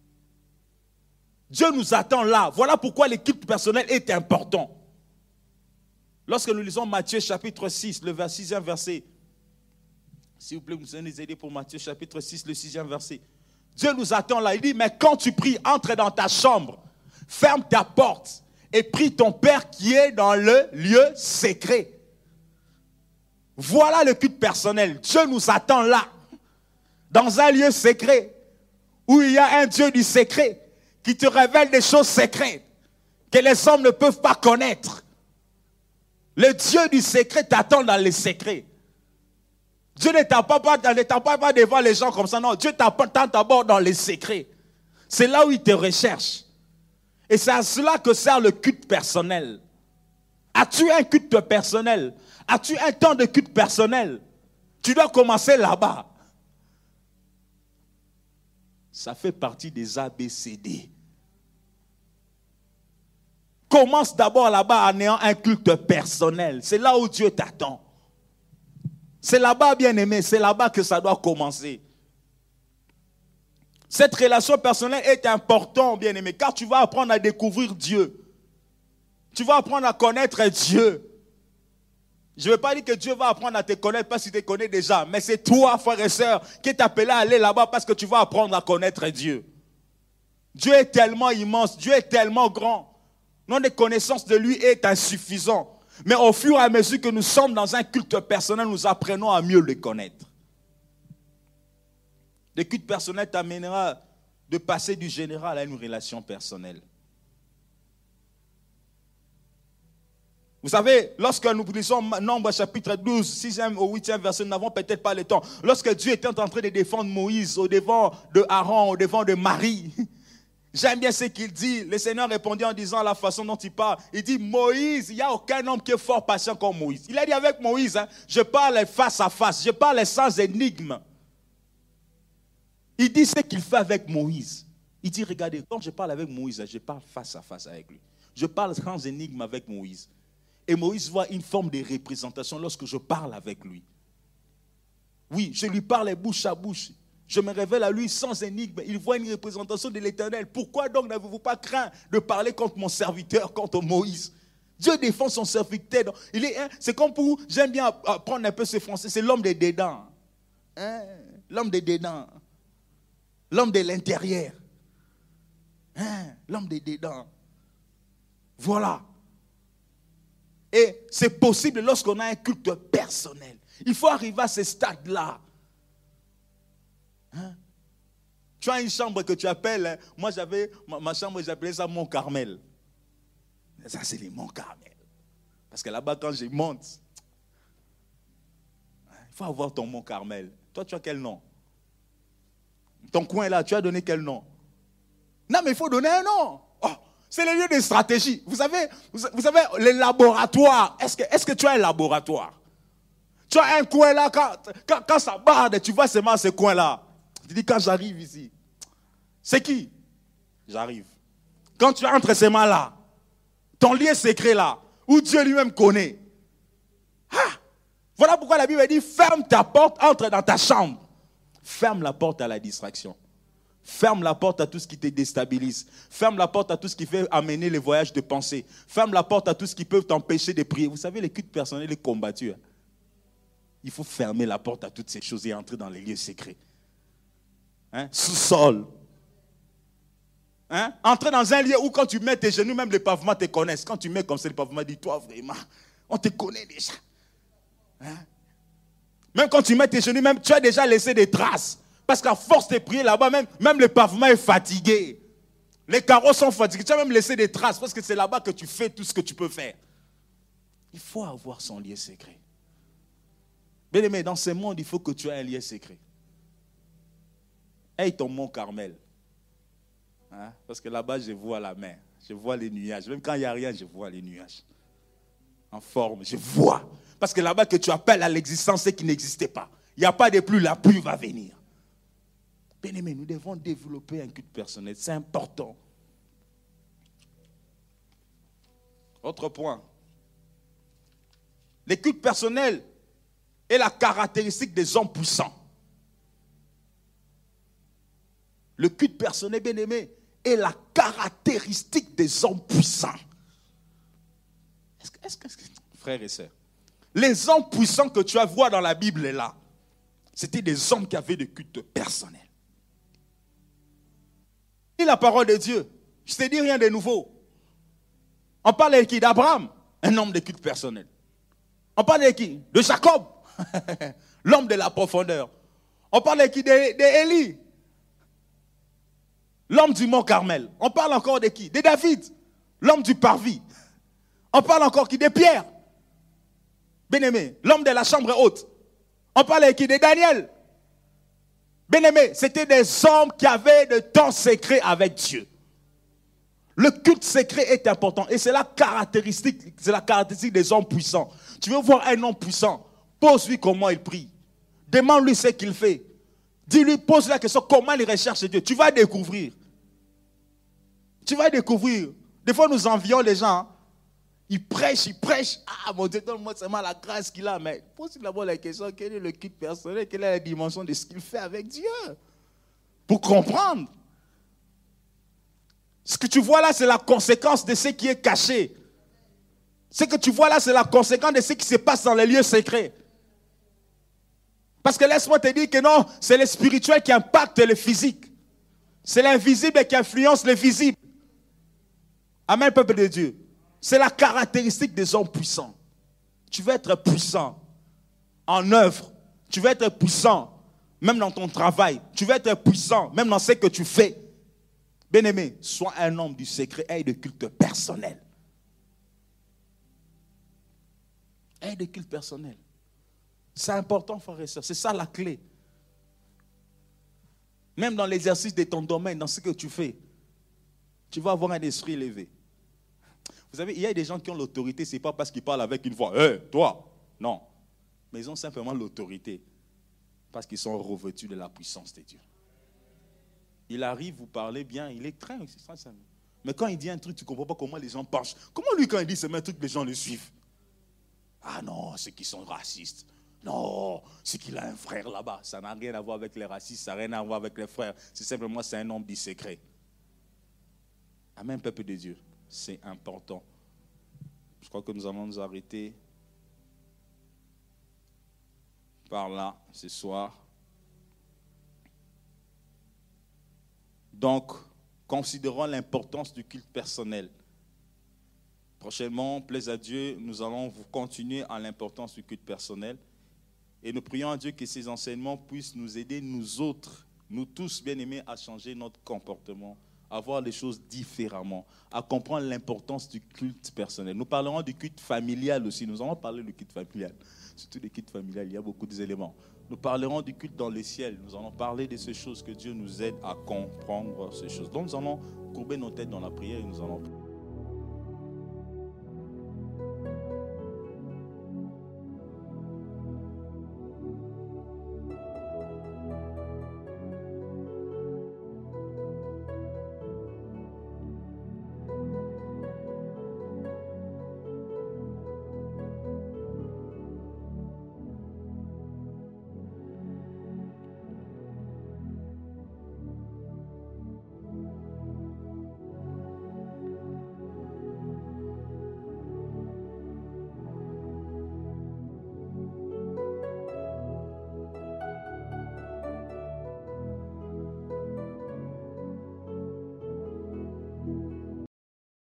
Dieu nous attend là. Voilà pourquoi l'équipe personnelle est important. Lorsque nous lisons Matthieu chapitre six, le sixième verset, s'il vous plaît, vous allez nous aider pour Matthieu chapitre six, le sixième verset. Dieu nous attend là. Il dit, mais quand tu pries, entre dans ta chambre, ferme ta porte et prie ton Père qui est dans le lieu secret. Voilà le culte personnel. Dieu nous attend là, dans un lieu secret, où il y a un Dieu du secret qui te révèle des choses secrètes que les hommes ne peuvent pas connaître. Le Dieu du secret t'attend dans les secrets. Dieu ne t'attend pas, pas, pas devant les gens comme ça. Non, Dieu t'attend d'abord dans les secrets. C'est là où il te recherche. Et c'est à cela que sert le culte personnel. As-tu un culte personnel? As-tu un temps de culte personnel? Tu dois commencer là-bas. Ça fait partie des A B C D. Commence d'abord là-bas en ayant un culte personnel. C'est là où Dieu t'attend. C'est là-bas, bien-aimé, c'est là-bas que ça doit commencer. Cette relation personnelle est importante, bien-aimé, car tu vas apprendre à découvrir Dieu. Tu vas apprendre à connaître Dieu. Je ne veux pas dire que Dieu va apprendre à te connaître parce qu'il te connaît déjà, mais c'est toi, frère et sœur, qui est appelé à aller là-bas parce que tu vas apprendre à connaître Dieu. Dieu est tellement immense, Dieu est tellement grand. Notre connaissance de lui est insuffisante. Mais au fur et à mesure que nous sommes dans un culte personnel, nous apprenons à mieux le connaître. Le culte personnel t'amènera de passer du général à une relation personnelle. Vous savez, lorsque nous lisons Nombre chapitre douze, sixième au huitième verset, nous n'avons peut-être pas le temps. Lorsque Dieu était en train de défendre Moïse au devant de Aaron, au devant de Marie, j'aime bien ce qu'il dit. Le Seigneur répondit en disant la façon dont il parle. Il dit, Moïse, il n'y a aucun homme qui est fort patient comme Moïse. Il a dit avec Moïse, hein, je parle face à face, je parle sans énigme. Il dit ce qu'il fait avec Moïse. Il dit, regardez, quand je parle avec Moïse, je parle face à face avec lui. Je parle sans énigme avec Moïse. Et Moïse voit une forme de représentation lorsque je parle avec lui. Oui, je lui parle bouche à bouche. Je me révèle à lui sans énigme. Il voit une représentation de l'Éternel. Pourquoi donc n'avez-vous pas craint de parler contre mon serviteur, contre Moïse? Dieu défend son serviteur. Il est, hein, c'est comme pour, j'aime bien apprendre un peu ce français, c'est l'homme des dédains. Hein? L'homme des dédains. L'homme de l'intérieur. Hein? L'homme des dédains. Voilà. Et c'est possible lorsqu'on a un culte personnel. Il faut arriver à ce stade-là. Hein? Tu as une chambre que tu appelles, hein? Moi j'avais, ma, ma chambre j'appelais ça Mont Carmel. Ça c'est les Mont Carmel. Parce que là-bas quand je monte, il faut avoir ton Mont Carmel. Toi tu as quel nom? Ton coin là, tu as donné quel nom? Non mais il faut donner un nom. Oh, C'est les lieux de stratégie. Vous savez, vous, vous savez les laboratoires. Est-ce que, est-ce que tu as un laboratoire? Tu as un coin là, quand, quand, quand ça barde, tu vois seulement ce coin-là. Tu dis, quand j'arrive ici, c'est qui? J'arrive. Quand tu entres seulement là, ton lieu secret là, où Dieu lui-même connaît. Ah, voilà pourquoi la Bible dit, ferme ta porte, entre dans ta chambre. Ferme la porte à la distraction. Ferme la porte à tout ce qui te déstabilise. Ferme la porte à tout ce qui fait amener les voyages de pensée. Ferme la porte à tout ce qui peut t'empêcher de prier. Vous savez, les cultes personnels, les combattus. Hein? Il faut fermer la porte à toutes ces choses et entrer dans les lieux secrets. Hein? Sous-sol. Hein? Entrer dans un lieu où quand tu mets tes genoux, même les pavements te connaissent. Quand tu mets comme ça les pavements, dis-toi vraiment, on te connaît déjà. Hein? Même quand tu mets tes genoux, même, tu as déjà laissé des traces. Parce qu'à force de prier là-bas, même, même le pavement est fatigué. Les carreaux sont fatigués. Tu as même laissé des traces parce que c'est là-bas que tu fais tout ce que tu peux faire. Il faut avoir son lieu secret. Bien-aimé, dans ce monde, il faut que tu aies un lieu secret. Aie ton mont Carmel. Hein? Parce que là-bas, je vois la mer. Je vois les nuages. Même quand il n'y a rien, je vois les nuages. En forme, je vois. Parce que là-bas, que tu appelles à l'existence, c'est qui n'existait pas. Il n'y a pas de pluie, la pluie va venir. Bien-aimé, nous devons développer un culte personnel. C'est important. Autre point. Le culte personnel est la caractéristique des hommes puissants. Le culte personnel, bien-aimé, est la caractéristique des hommes puissants. Est-ce que, est-ce que, est-ce que, frères et sœurs, les hommes puissants que tu as vus dans la Bible là, c'était des hommes qui avaient des cultes personnels. Et la parole de Dieu, je ne te dis rien de nouveau. On parle de qui? D'Abraham, un homme de culte personnel. On parle de qui? De Jacob, l'homme de la profondeur. On parle de qui? D'Élie, l'homme du mont Carmel. On parle encore de qui? De David, l'homme du parvis. On parle encore qui? De Pierre, bien-aimé, l'homme de la chambre haute. On parle de qui? De Daniel. Bien-aimé, c'était des hommes qui avaient de temps secret avec Dieu. Le culte secret est important et c'est la caractéristique, c'est la caractéristique des hommes puissants. Tu veux voir un homme puissant, pose-lui comment il prie. Demande-lui ce qu'il fait. Dis-lui, pose-lui la question, comment il recherche Dieu. Tu vas découvrir. Tu vas découvrir. Des fois, nous envions les gens. Hein. Ils prêchent, ils prêchent. Ah, mon Dieu, donne-moi seulement la grâce qu'il a. Mais pose-lui d'abord la question, quel est le culte personnel, quelle est la dimension de ce qu'il fait avec Dieu. Pour comprendre. Ce que tu vois là, c'est la conséquence de ce qui est caché. Ce que tu vois là, c'est la conséquence de ce qui se passe dans les lieux secrets. Parce que laisse-moi te dire que non, c'est le spirituel qui impacte le physique. C'est l'invisible qui influence le visible. Amen, peuple de Dieu. C'est la caractéristique des hommes puissants. Tu veux être puissant en œuvre. Tu veux être puissant même dans ton travail. Tu veux être puissant même dans ce que tu fais. Bien-aimé, sois un homme du secret et de culte personnel. Et de culte personnel. C'est important, frères et sœurs. C'est ça la clé. Même dans l'exercice de ton domaine, dans ce que tu fais, tu vas avoir un esprit élevé. Vous savez, il y a des gens qui ont l'autorité, ce n'est pas parce qu'ils parlent avec une voix. Hé, hey, toi! Non. Mais ils ont simplement l'autorité parce qu'ils sont revêtus de la puissance de Dieu. Il arrive, vous parlez bien, il est très... Mais quand il dit un truc, tu ne comprends pas comment les gens pensent. Comment lui, quand il dit ce même truc, les gens le suivent? Ah non, ceux qui sont racistes. Non, c'est qu'il a un frère là-bas. Ça n'a rien à voir avec les racistes, ça n'a rien à voir avec les frères. C'est simplement, c'est un homme du secret. Amen, peuple de Dieu. C'est important. Je crois que nous allons nous arrêter par là ce soir. Donc, considérons l'importance du culte personnel. Prochainement, plaise à Dieu, nous allons vous continuer à l'importance du culte personnel. Et nous prions à Dieu que ces enseignements puissent nous aider, nous autres, nous tous bien-aimés, à changer notre comportement, à voir les choses différemment, à comprendre l'importance du culte personnel. Nous parlerons du culte familial aussi. Nous allons parler du culte familial. Surtout du culte familial, il y a beaucoup d'éléments. Nous parlerons du culte dans les ciels. Nous allons parler de ces choses, que Dieu nous aide à comprendre ces choses. Donc nous allons courber nos têtes dans la prière et nous allons prier.